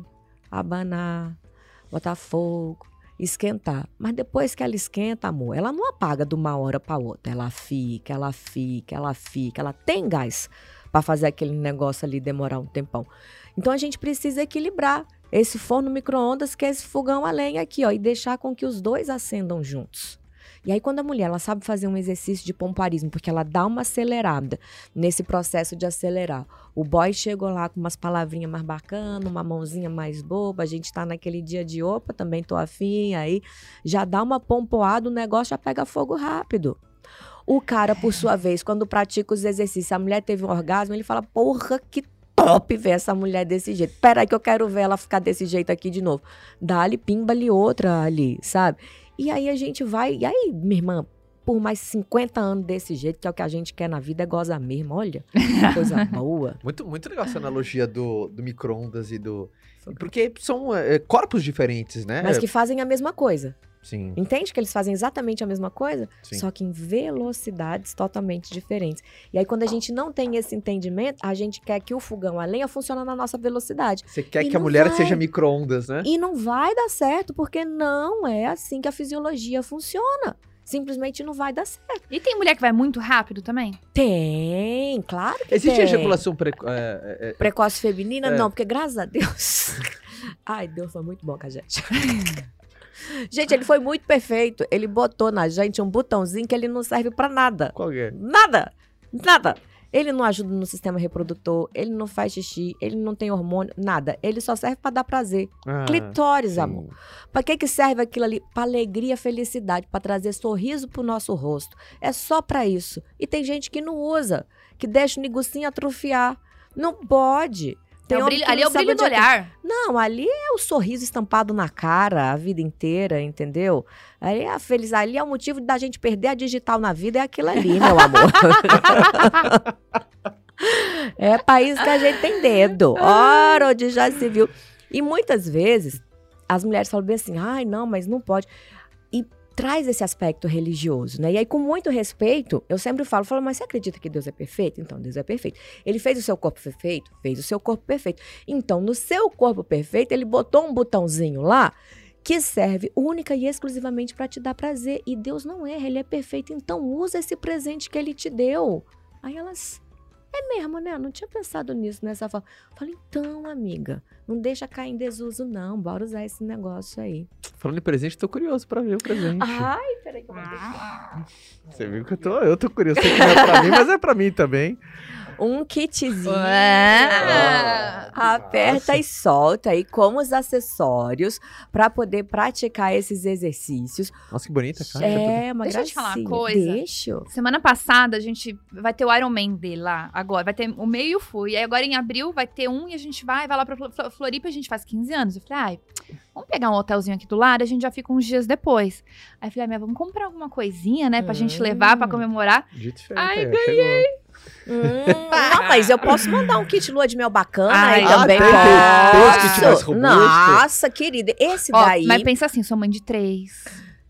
abanar, botar fogo, esquentar. Mas depois que ela esquenta, amor, ela não apaga de uma hora para outra. Ela fica, ela fica, ela fica. Ela tem gás para fazer aquele negócio ali demorar um tempão. Então a gente precisa equilibrar esse forno micro-ondas, que é esse fogão a lenha aqui, ó, e deixar com que os dois acendam juntos. E aí, quando a mulher ela sabe fazer um exercício de pomparismo, porque ela dá uma acelerada nesse processo de acelerar. O boy chegou lá com umas palavrinhas mais bacanas, uma mãozinha mais boba, a gente tá naquele dia de opa, também tô afim, aí já dá uma pompoada, o negócio já pega fogo rápido. O cara, por sua vez, quando pratica os exercícios, a mulher teve um orgasmo, ele fala, porra, que top ver essa mulher desse jeito. Peraí que eu quero ver ela ficar desse jeito aqui de novo. Dá-lhe, pimba-lhe outra ali, sabe? E aí a gente vai... E aí, minha irmã, por mais cinquenta anos desse jeito, que é o que a gente quer na vida, é gozar mesmo. Olha, coisa boa. Muito, muito legal essa analogia do, do micro-ondas e do... Porque são é, corpos diferentes, né? Mas que fazem a mesma coisa. Sim. Entende que eles fazem exatamente a mesma coisa? Sim. Só que em velocidades totalmente diferentes. E aí, quando a gente não tem esse entendimento, a gente quer que o fogão a lenha funcione na nossa velocidade. Você quer E que a não mulher vai. seja micro-ondas, né? E não vai dar certo, porque não é assim que a fisiologia funciona. Simplesmente não vai dar certo. E tem mulher que vai muito rápido também? Tem, claro que Existe tem. ejaculação precoce? É, é, Precoce feminina? É. Não, porque graças a Deus... Ai, Deus foi muito bom com a gente. Gente, ele foi muito perfeito. Ele botou na gente um botãozinho que ele não serve pra nada. qual que é? Nada! Nada! Ele não ajuda no sistema reprodutor, ele não faz xixi, ele não tem hormônio, nada. Ele só serve pra dar prazer. Ah, Clitóris, sim. amor. Pra que que serve aquilo ali? Pra alegria, felicidade, pra trazer sorriso pro nosso rosto. É só pra isso. E tem gente que não usa, que deixa o negocinho atrofiar. Não pode. Tem É o homem brilho- que ali não é o sabe brilho do onde é que- olhar. Não, ali é o sorriso estampado na cara a vida inteira, entendeu? Ali é a felicidade, ali é o motivo da gente perder a digital na vida, é aquilo ali, meu amor. É país que a gente tem dedo. Ora, onde já se viu. E muitas vezes, as mulheres falam bem assim, ai, não, mas não pode. E traz esse aspecto religioso, né? E aí, com muito respeito, eu sempre falo, falo, mas você acredita que Deus é perfeito? Então, Deus é perfeito. Ele fez o seu corpo perfeito? Fez o seu corpo perfeito. Então, no seu corpo perfeito, ele botou um botãozinho lá que serve única e exclusivamente para te dar prazer. E Deus não erra, ele é perfeito. Então, usa esse presente que ele te deu. Aí elas... É mesmo, né? Eu não tinha pensado nisso nessa forma. Falei, então, amiga, não deixa cair em desuso, não. Bora usar esse negócio aí. Falando em presente, tô curioso pra ver o presente. Ai, peraí que eu vou deixar. Você viu que eu tô, eu tô curioso. Sei que não é pra mim, mas é pra mim também. um kitzinho. É. Aperta e solta aí com os acessórios pra poder praticar esses exercícios. Nossa, que bonita, cara. É, uma Deixa eu te gracinha. falar uma coisa. Deixa. Semana passada, a gente vai ter o Iron Man dele lá, agora. Vai ter o meio e o full. E aí agora em abril vai ter um e a gente vai, vai lá pra Flo- Flo- Floripa e a gente faz quinze anos. Eu falei, ai, vamos pegar um hotelzinho aqui do lado, a gente já fica uns dias depois. Aí eu falei, ah, minha, vamos comprar alguma coisinha, né, pra Hum. gente levar pra comemorar. Dito e feito, Ai, é, chegou. Hum, não, mas eu posso mandar um kit lua de mel bacana Ai, aí ah, também. tem, tem, tem uns kit Posso? mais robusto. Nossa, querida, esse Ó, daí... mas pensa assim, sou mãe de três.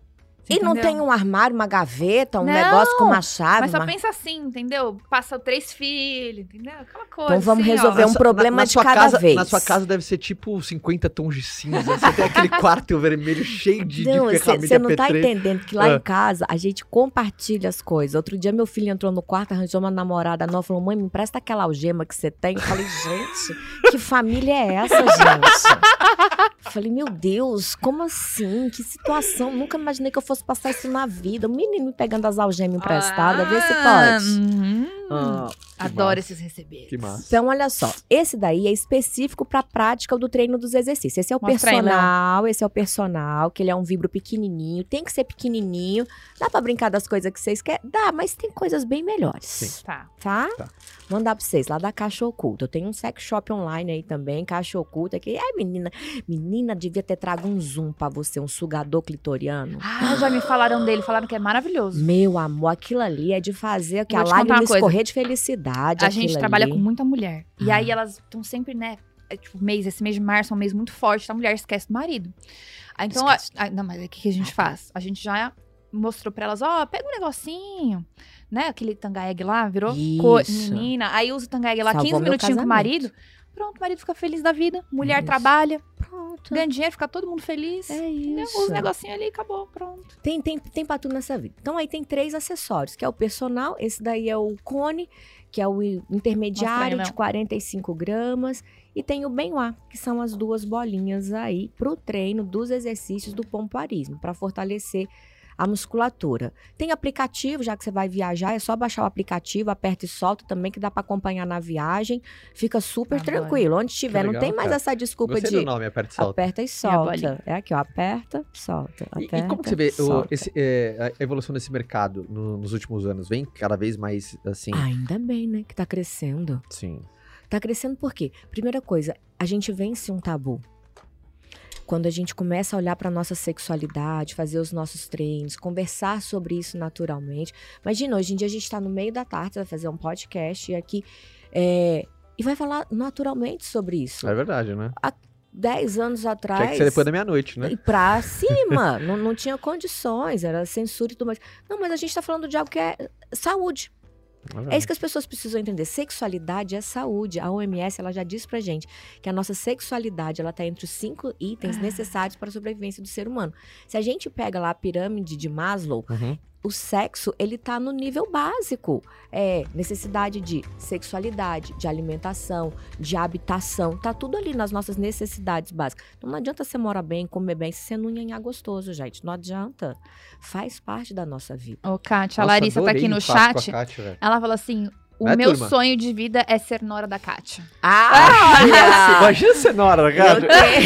E não Entendeu? tem um armário, uma gaveta, um Não, negócio com uma chave? Mas só uma- pensa assim, entendeu? Passa três filhos, entendeu? Aquela coisa. Então vamos assim, resolver ó. um problema na de sua cada casa, vez. Na sua casa deve ser tipo cinquenta tons de cinza. Você tem aquele quarto vermelho cheio de, Não, de ferramenta você não tá P três. entendendo que lá Ah. em casa a gente compartilha as coisas. Outro dia meu filho entrou no quarto, arranjou uma namorada nova, falou, mãe, me empresta aquela algema que você tem. Eu falei, gente, que família é essa, gente? Eu falei, meu Deus, como assim? Que situação? Nunca imaginei que eu fosse passar isso na vida. O menino me pegando as algemas emprestadas, vê se Ah, pode. uhum. Ah, Adoro massa. esses receber. Que massa. Então, olha só, esse daí é específico para a prática do treino dos exercícios. Esse é o Mostra aí, personal, esse é o personal, que ele é um vibro pequenininho, tem que ser pequenininho. Dá para brincar das coisas que vocês querem? Dá, mas tem coisas bem melhores. Sim. Tá. Tá? Tá. Vou mandar pra vocês, lá da Caixa Oculta. Eu tenho um sex shop online aí também, Caixa Oculta. Que, ai, menina, menina, devia ter trago um Zoom pra você, um sugador clitoriano. Ah, já me falaram dele, falaram que é maravilhoso. Meu amor, aquilo ali é de fazer que Vou a te contar lágrima uma coisa. escorrer de felicidade. A gente aquilo trabalha ali. com muita mulher. E Ah. aí elas estão sempre, né? É, tipo, mês, esse mês de março é um mês muito forte, a mulher esquece do marido. Aí, então, a- Esquece. a- não, mas o que, que a gente faz? A gente já mostrou pra elas, ó, pega um negocinho, né? Aquele tanga egg lá, virou co- Isso. menina. Aí usa o tanga egg lá Salvou quinze meu minutinhos com o casamento. marido. Pronto, o marido fica feliz da vida. Mulher Isso. trabalha, Pronto. ganha dinheiro, fica todo mundo feliz. É Entendeu? isso. Usa o negocinho ali e acabou, pronto. Tem, tem, tem pra tudo nessa vida. Então aí tem três acessórios, que é o personal, esse daí é o cone, que é o i- Mostra intermediário aí, de Mel. quarenta e cinco gramas. E tem o Benoit, que são as duas bolinhas aí pro treino dos exercícios do pompoarismo, para fortalecer a musculatura. Tem aplicativo, já que você vai viajar, é só baixar o aplicativo, aperta e solta também, que dá para acompanhar na viagem. Fica super Adoro. tranquilo. Onde estiver, não legal, tem mais cara. essa desculpa Gostei de do nome, aperta e solta. aperta e bolinha. solta. É aqui, ó, aperta, solta. E, Aperta, e como que você vê o- solta. esse, é, a evolução desse mercado no- nos últimos anos? Vem cada vez mais assim? Ainda bem, né, que tá crescendo. Sim. Tá crescendo por quê? Primeira coisa, a gente vence um tabu. Quando a gente começa a olhar para nossa sexualidade, fazer os nossos treinos, conversar sobre isso naturalmente. Imagina, hoje em dia a gente tá no meio da tarde, vai fazer um podcast e aqui é, e vai falar naturalmente sobre isso. É verdade, né? Dez anos atrás. Tinha que ser depois da meia-noite, né? E pra cima, não, não tinha condições, era censura e tudo mais. Não, mas a gente tá falando de algo que é saúde. É isso que as pessoas precisam entender. Sexualidade é saúde. A O M S ela já diz pra gente que a nossa sexualidade ela tá entre os cinco itens necessários para a sobrevivência do ser humano. Se a gente pega lá a pirâmide de Maslow, Uhum. o sexo ele tá no nível básico. É necessidade de sexualidade, de alimentação, de habitação. Tá tudo ali nas nossas necessidades básicas. Então não adianta você morar bem, comer bem, se você não nhanhar gostoso, gente. Não adianta. Faz parte da nossa vida. Ô, Kátia, a Nossa, Larissa tá adorei aqui no o papo com a chat. Kátia, velho. Ela fala assim: o Né, meu turma? sonho de vida é ser nora da Kátia. Ah, Imagina ser nora, Eu cara.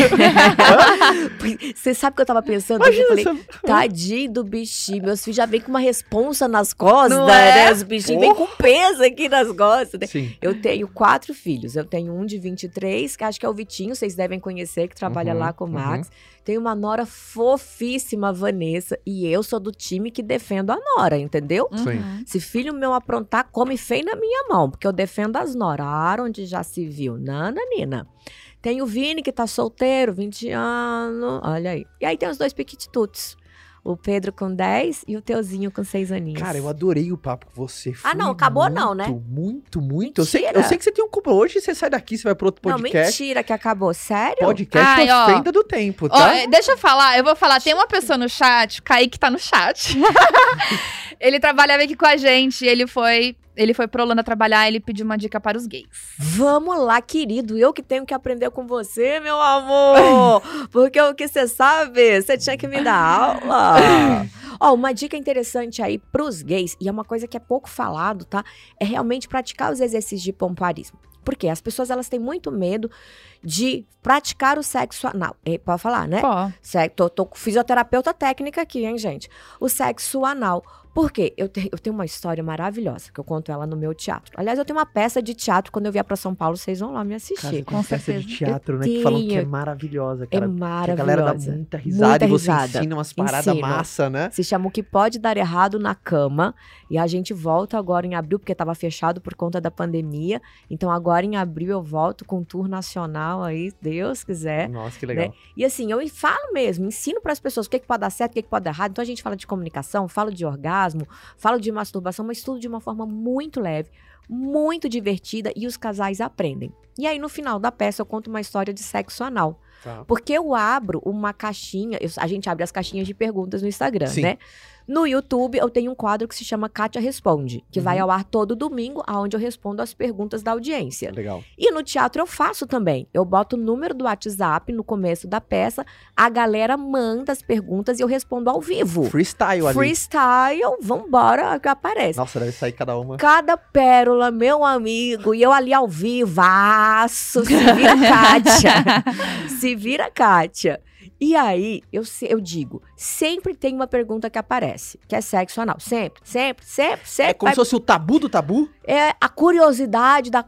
tenho- Você sabe o que eu tava pensando? Eu Imagina falei, essa... tadinho do bichinho. Meus filhos já vêm com uma responsa nas costas, Não né? é? Os bichinhos vêm com peso aqui nas costas. Né? Sim. Eu tenho quatro filhos. Eu tenho um de vinte e três, que acho que é o Vitinho, vocês devem conhecer, que trabalha Uhum, lá com o Max. Tenho uma nora fofíssima, a Vanessa. E eu sou do time que defendo a nora, entendeu? Sim. Uhum. Se filho meu aprontar, come feio na minha mão, porque eu defendo as noras. Ah, onde já se viu? Nana, Nina. Tem o Vini, que tá solteiro, vinte anos. Olha aí. E aí tem os dois piquitituts. O Pedro com dez e o Teuzinho com seis aninhos. Cara, eu adorei o papo com você. Ah, não, Foi acabou muito, não, né? Muito, muito. Eu sei, Mentira. eu sei que você tem um cubo. Hoje você sai daqui, você vai pro outro Não, podcast. mentira que acabou. Sério? Podcast Ai, ó. ofenda do tempo, Ó, tá? é, deixa eu falar, eu vou falar. Tem uma pessoa no chat, o Kaique tá no chat. Ele trabalhava aqui com a gente, ele foi, ele foi pra Holanda trabalhar, ele pediu uma dica para os gays. Vamos lá, querido. Eu que tenho que aprender com você, meu amor. Porque o que você sabe, você tinha que me dar aula. Ó, uma dica interessante aí pros gays, e é uma coisa que é pouco falado, tá? É realmente praticar os exercícios de pompoarismo. Por quê? As pessoas, elas têm muito medo de praticar o sexo anal. É, pode falar, né? Pô. Sé- Tô, tô com fisioterapeuta técnica aqui, hein, gente? O sexo anal. Por quê? Eu, te- eu tenho uma história maravilhosa, que eu conto ela no meu teatro. Aliás, eu tenho uma peça de teatro, quando eu vier pra São Paulo, vocês vão lá me assistir. Casa, com peça de certeza. teatro, Eu né? Que falam que é tenho. maravilhosa, É cara. Que a maravilhosa. galera dá muita risada Muita e você risada. ensina umas paradas Ensino. massa, né? Se chama O Que Pode Dar Errado na Cama. E a gente volta agora em abril, porque tava fechado por conta da pandemia. Então agora em abril eu volto com um tour nacional aí, se Deus quiser. Nossa, que legal. Né? E assim, eu falo mesmo, ensino para as pessoas o que, que pode dar certo, o que, que pode dar errado. Então a gente fala de comunicação, fala de orgasmo, fala de masturbação, mas tudo de uma forma muito leve, muito divertida, e os casais aprendem. E aí no final da peça eu conto uma história de sexo anal. Tá. Porque eu abro uma caixinha, eu- a gente abre as caixinhas de perguntas no Instagram, Sim. né? No YouTube, eu tenho um quadro que se chama Kátia Responde, que vai Uhum. ao ar todo domingo, onde eu respondo as perguntas da audiência. Legal. E no teatro eu faço também. Eu boto o número do WhatsApp no começo da peça, a galera manda as perguntas e eu respondo ao vivo. Freestyle ali. Freestyle, vambora, que aparece. Nossa, deve sair cada uma. Cada pérola, meu amigo, e eu ali ao vivaço, se vira Kátia. Se vira Kátia. E aí, eu, se- eu digo, sempre tem uma pergunta que aparece, que é sexo anal. Sempre, sempre, sempre, sempre. É como vai- se fosse o tabu do tabu? É a curiosidade da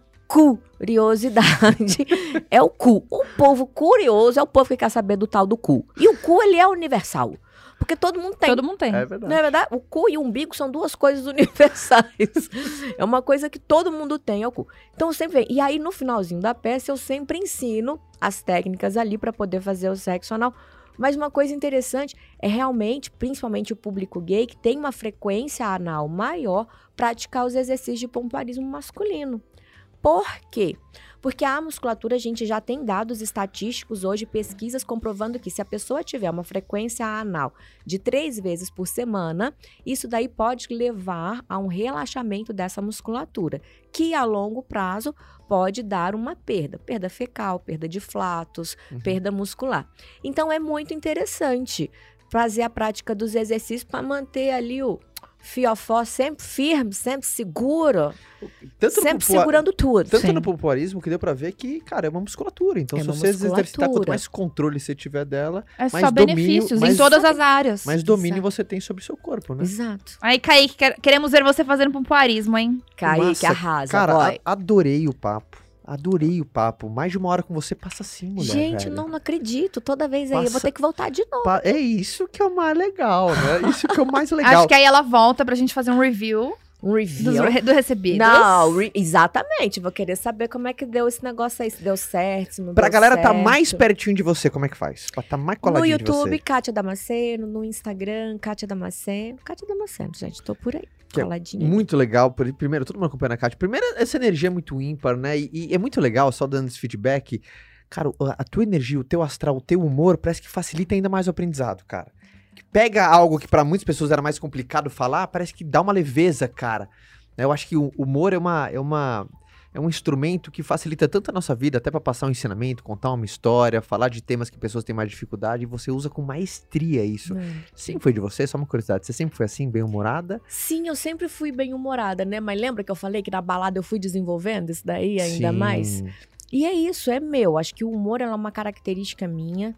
curiosidade. É o cu. O povo curioso é o povo que quer saber do tal do cu. E o cu, ele é universal. Porque todo mundo tem. Todo mundo tem. verdade. Não é verdade? O cu e o umbigo são duas coisas universais. É uma coisa que todo mundo tem, é o cu. Então sempre vem. E aí, no finalzinho da peça, eu sempre ensino as técnicas ali para poder fazer o sexo anal. Mas uma coisa interessante é realmente, principalmente o público gay, que tem uma frequência anal maior, praticar os exercícios de pompoarismo masculino. Por quê? Porque a musculatura, a gente já tem dados estatísticos hoje, pesquisas comprovando que se a pessoa tiver uma frequência anal de três vezes por semana, isso daí pode levar a um relaxamento dessa musculatura, que a longo prazo pode dar uma perda. Perda fecal, perda de flatos, Uhum. perda muscular. Então é muito interessante fazer a prática dos exercícios para manter ali o fiofó sempre firme, sempre seguro, Tanto no sempre popua- segurando tudo. Tanto Sim. no popularismo que deu pra ver que, cara, é uma musculatura. Então, É se uma você exercitar, quanto musculatura. mais controle você tiver dela, É mais só domínio, benefícios mais- em todas as áreas. mais domínio Exato. você tem sobre o seu corpo, né? Exato. Aí, Kaique, quer- queremos ver você fazendo pompoarismo, hein? Kaique, Massa. arrasa, Cara, boy. a- adorei o papo. Adorei o papo. Mais de uma hora com você passa assim, mulher. Gente, velho. não, não acredito. Toda vez aí eu vou Passa- ter que voltar de novo. Pa- É isso que é o mais legal, né? Isso que é o mais legal. Acho que aí ela volta pra gente fazer um review Um dos, review. re- do recebidos. Não, re- exatamente. Vou querer saber como é que deu esse negócio aí. Se deu certo, se não Pra deu galera certo. tá mais pertinho de você, como é que faz? Pra tá mais No coladinho de YouTube, você. Kátia Damasceno. No Instagram, Kátia Damasceno. Kátia Damasceno, gente. Tô por aí. Que é Coladinha. Muito legal. por- Primeiro, todo mundo acompanhando a Kátia. Primeiro, essa energia é muito ímpar, né? E, e é muito legal, só dando esse feedback. Cara, a a tua energia, o teu astral, o teu humor, parece que facilita ainda mais o aprendizado, cara. Pega algo que pra muitas pessoas era mais complicado falar, parece que dá uma leveza, cara. Eu acho que o humor é uma... É uma É um instrumento que facilita tanto a nossa vida, até pra passar um ensinamento, contar uma história, falar de temas que pessoas têm mais dificuldade, e você usa com maestria isso. Hum. Sempre foi de você? Só uma curiosidade. Você sempre foi assim, bem-humorada? Sim, eu sempre fui bem humorada, né? Mas lembra que eu falei que na balada eu fui desenvolvendo isso daí ainda Sim. mais? E é isso, é meu. Acho que o humor ela é uma característica minha.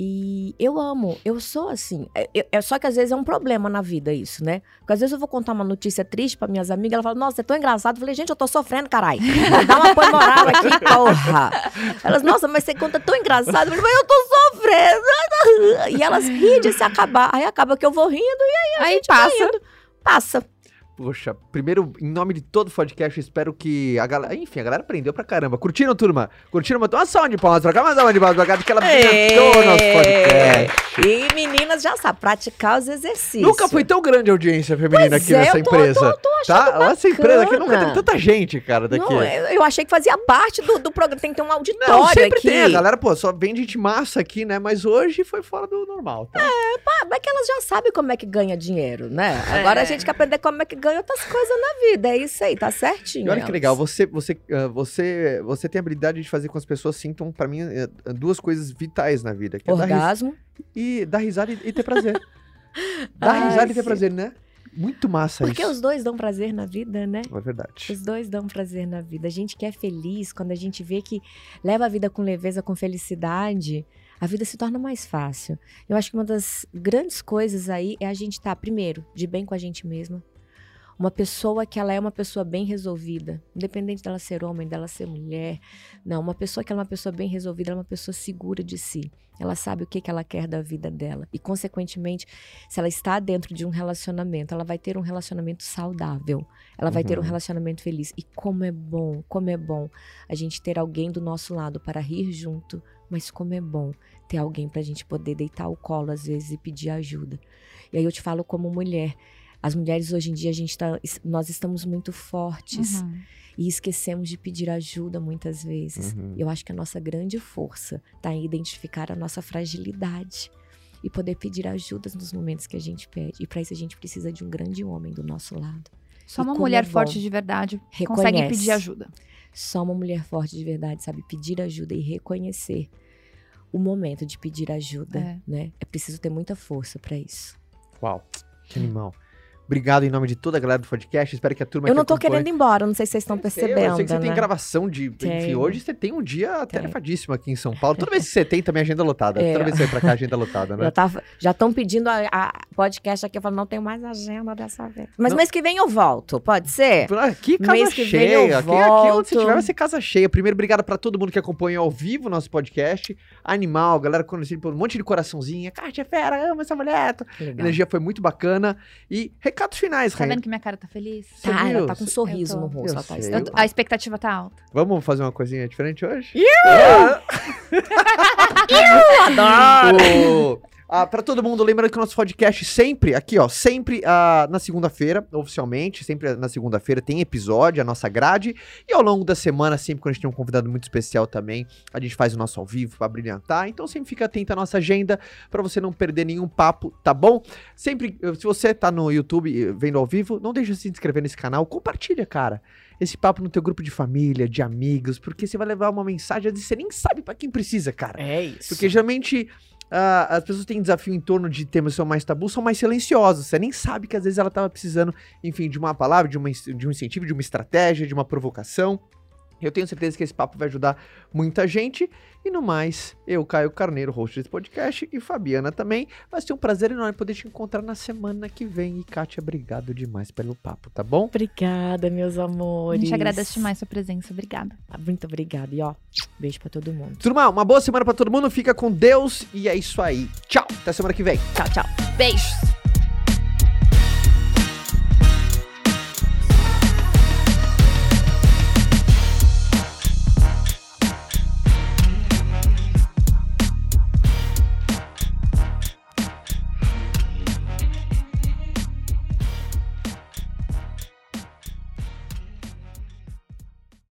E eu amo, eu sou assim. É, é- é só que às vezes é um problema na vida isso, né? Porque às vezes eu vou contar uma notícia triste pra minhas amigas, ela fala, nossa, você é tão engraçado. Eu falei, gente, eu tô sofrendo, caralho. Dá uma apoio moral aqui, porra. Elas, nossa, mas você conta tão engraçado. Eu falei, mas eu tô sofrendo. E elas riem de se acabar. Aí acaba que eu vou rindo e Aí gente vai passa. indo. Passa. Poxa, primeiro, em nome de todo o podcast, eu espero que a galera... Enfim, a galera aprendeu pra caramba. Curtiram, turma? Curtiram? Uma uma salva de palmas pra cá, uma salva de palmas pra cá, porque ela brilhantou o nosso podcast. E meninas já sabem, praticar os exercícios. Nunca foi tão grande a audiência feminina Pois aqui é, nessa eu tô- empresa. tô- tô achando tá? Essa empresa aqui nunca bacana. teve tanta gente, cara, daqui. Não, eu eu achei que fazia parte do, do programa. Tem que ter um auditório Não, sempre aqui. tem, a galera, pô, só vem gente massa aqui, né? Mas hoje foi fora do normal, tá? Ah, mas que elas já sabem como é que ganha dinheiro, né? Agora a gente quer aprender como é que ganha outras coisas na vida. É isso aí, tá certinho. E olha que elas. legal, você, você, ah, você, você tem a habilidade de fazer com que as pessoas sintam, pra mim, eh, duas coisas vitais na vida. Que é dar ris- Orgasmo. e dar risada e, e ter prazer. Dá Ai, risada e ter sim. prazer, né? Muito massa Porque isso. os dois dão prazer na vida, né? É verdade. Os dois dão prazer na vida. A gente que é feliz, quando a gente vê que leva a vida com leveza, com felicidade, a vida se torna mais fácil. Eu acho que uma das grandes coisas aí é a gente estar, primeiro, de bem com a gente mesma. Uma pessoa que ela é uma pessoa bem resolvida, independente dela ser homem, dela ser mulher. Não, uma pessoa que ela é uma pessoa bem resolvida, ela é uma pessoa segura de si. Ela sabe o que, que ela quer da vida dela. E, consequentemente, se ela está dentro de um relacionamento, ela vai ter um relacionamento saudável. Ela vai ter um Uhum. relacionamento feliz. E como é bom, como é bom a gente ter alguém do nosso lado para rir junto. Mas como é bom ter alguém para a gente poder deitar o colo, às vezes, e pedir ajuda. E aí eu te falo como mulher. As mulheres hoje em dia, a gente tá, nós estamos muito fortes Uhum. e esquecemos de pedir ajuda muitas vezes. Uhum. Eu acho que a nossa grande força está em identificar a nossa fragilidade e poder pedir ajuda nos momentos que a gente pede. E para isso a gente precisa de um grande homem do nosso lado. Só E uma como mulher é bom. forte de verdade consegue Reconhece. pedir ajuda. Só uma mulher forte de verdade sabe pedir ajuda e reconhecer o momento de pedir ajuda, É. né? É preciso ter muita força para isso. Uau, que animal. Obrigado em nome de toda a galera do podcast. Espero que a turma Eu que não tô acompanha- querendo ir embora, não sei se vocês estão Eu sei, percebendo, Eu sei que você né? tem gravação de... Enfim, Tenho. hoje você tem um dia Tenho. tarefadíssimo aqui em São Paulo. Toda vez que você tem, também agenda lotada. É. Toda vez que você vem pra cá, agenda lotada, né? Já tava- já estão pedindo a, a podcast aqui. Eu falo, não tenho mais agenda dessa vez. Mas Não. mês que vem eu volto, pode ser? Aqui, casa Mês que vem eu cheia. Aqui, aqui onde você volto. tiver vai ser casa cheia. Primeiro, obrigado pra todo mundo que acompanha ao vivo o nosso podcast. Animal, galera conhecida por um monte de coraçãozinho. Kátia é fera, ama essa mulher. A Legal. energia foi muito bacana. E recados finais, Tá Rainha. vendo que minha cara tá feliz? Você Tá, viu? ela tá com um sorriso Eu tô- no rosto. Eu Ela tá sei. Eu tô- a expectativa tá alta. Vamos fazer uma coisinha diferente hoje? adoro! O- Ah, pra todo mundo, lembrando que o nosso podcast sempre, aqui ó, sempre ah, na segunda-feira, oficialmente, sempre na segunda-feira tem episódio, a nossa grade, e ao longo da semana, sempre quando a gente tem um convidado muito especial também, a gente faz o nosso ao vivo pra brilhantar, então sempre fica atento à nossa agenda pra você não perder nenhum papo, tá bom? Sempre, eh, se você tá no YouTube eh, vendo ao vivo, não deixa de se inscrever nesse canal, compartilha, cara, esse papo no teu grupo de família, de amigos, porque você vai levar uma mensagem e você nem sabe pra quem precisa, cara. É isso. Porque geralmente ah, as pessoas têm desafio em torno de temas que são mais tabus, são mais silenciosos. Você nem sabe que às vezes ela tava precisando, enfim, de uma palavra, de, uma, de um incentivo, de uma estratégia, de uma provocação. Eu tenho certeza que esse papo vai ajudar muita gente. E no mais, eu, Caio Carneiro, host desse podcast, e Fabiana também. Vai ser um prazer enorme poder te encontrar na semana que vem. E Kátia, obrigado demais pelo papo, tá bom? Obrigada, meus A amores. gente agradece demais sua presença. Obrigada. Muito obrigada. E ó, beijo pra todo mundo. Turma, uma boa semana pra todo mundo. Fica com Deus. E é isso aí. Tchau. Até semana que vem. Tchau, tchau. Beijos.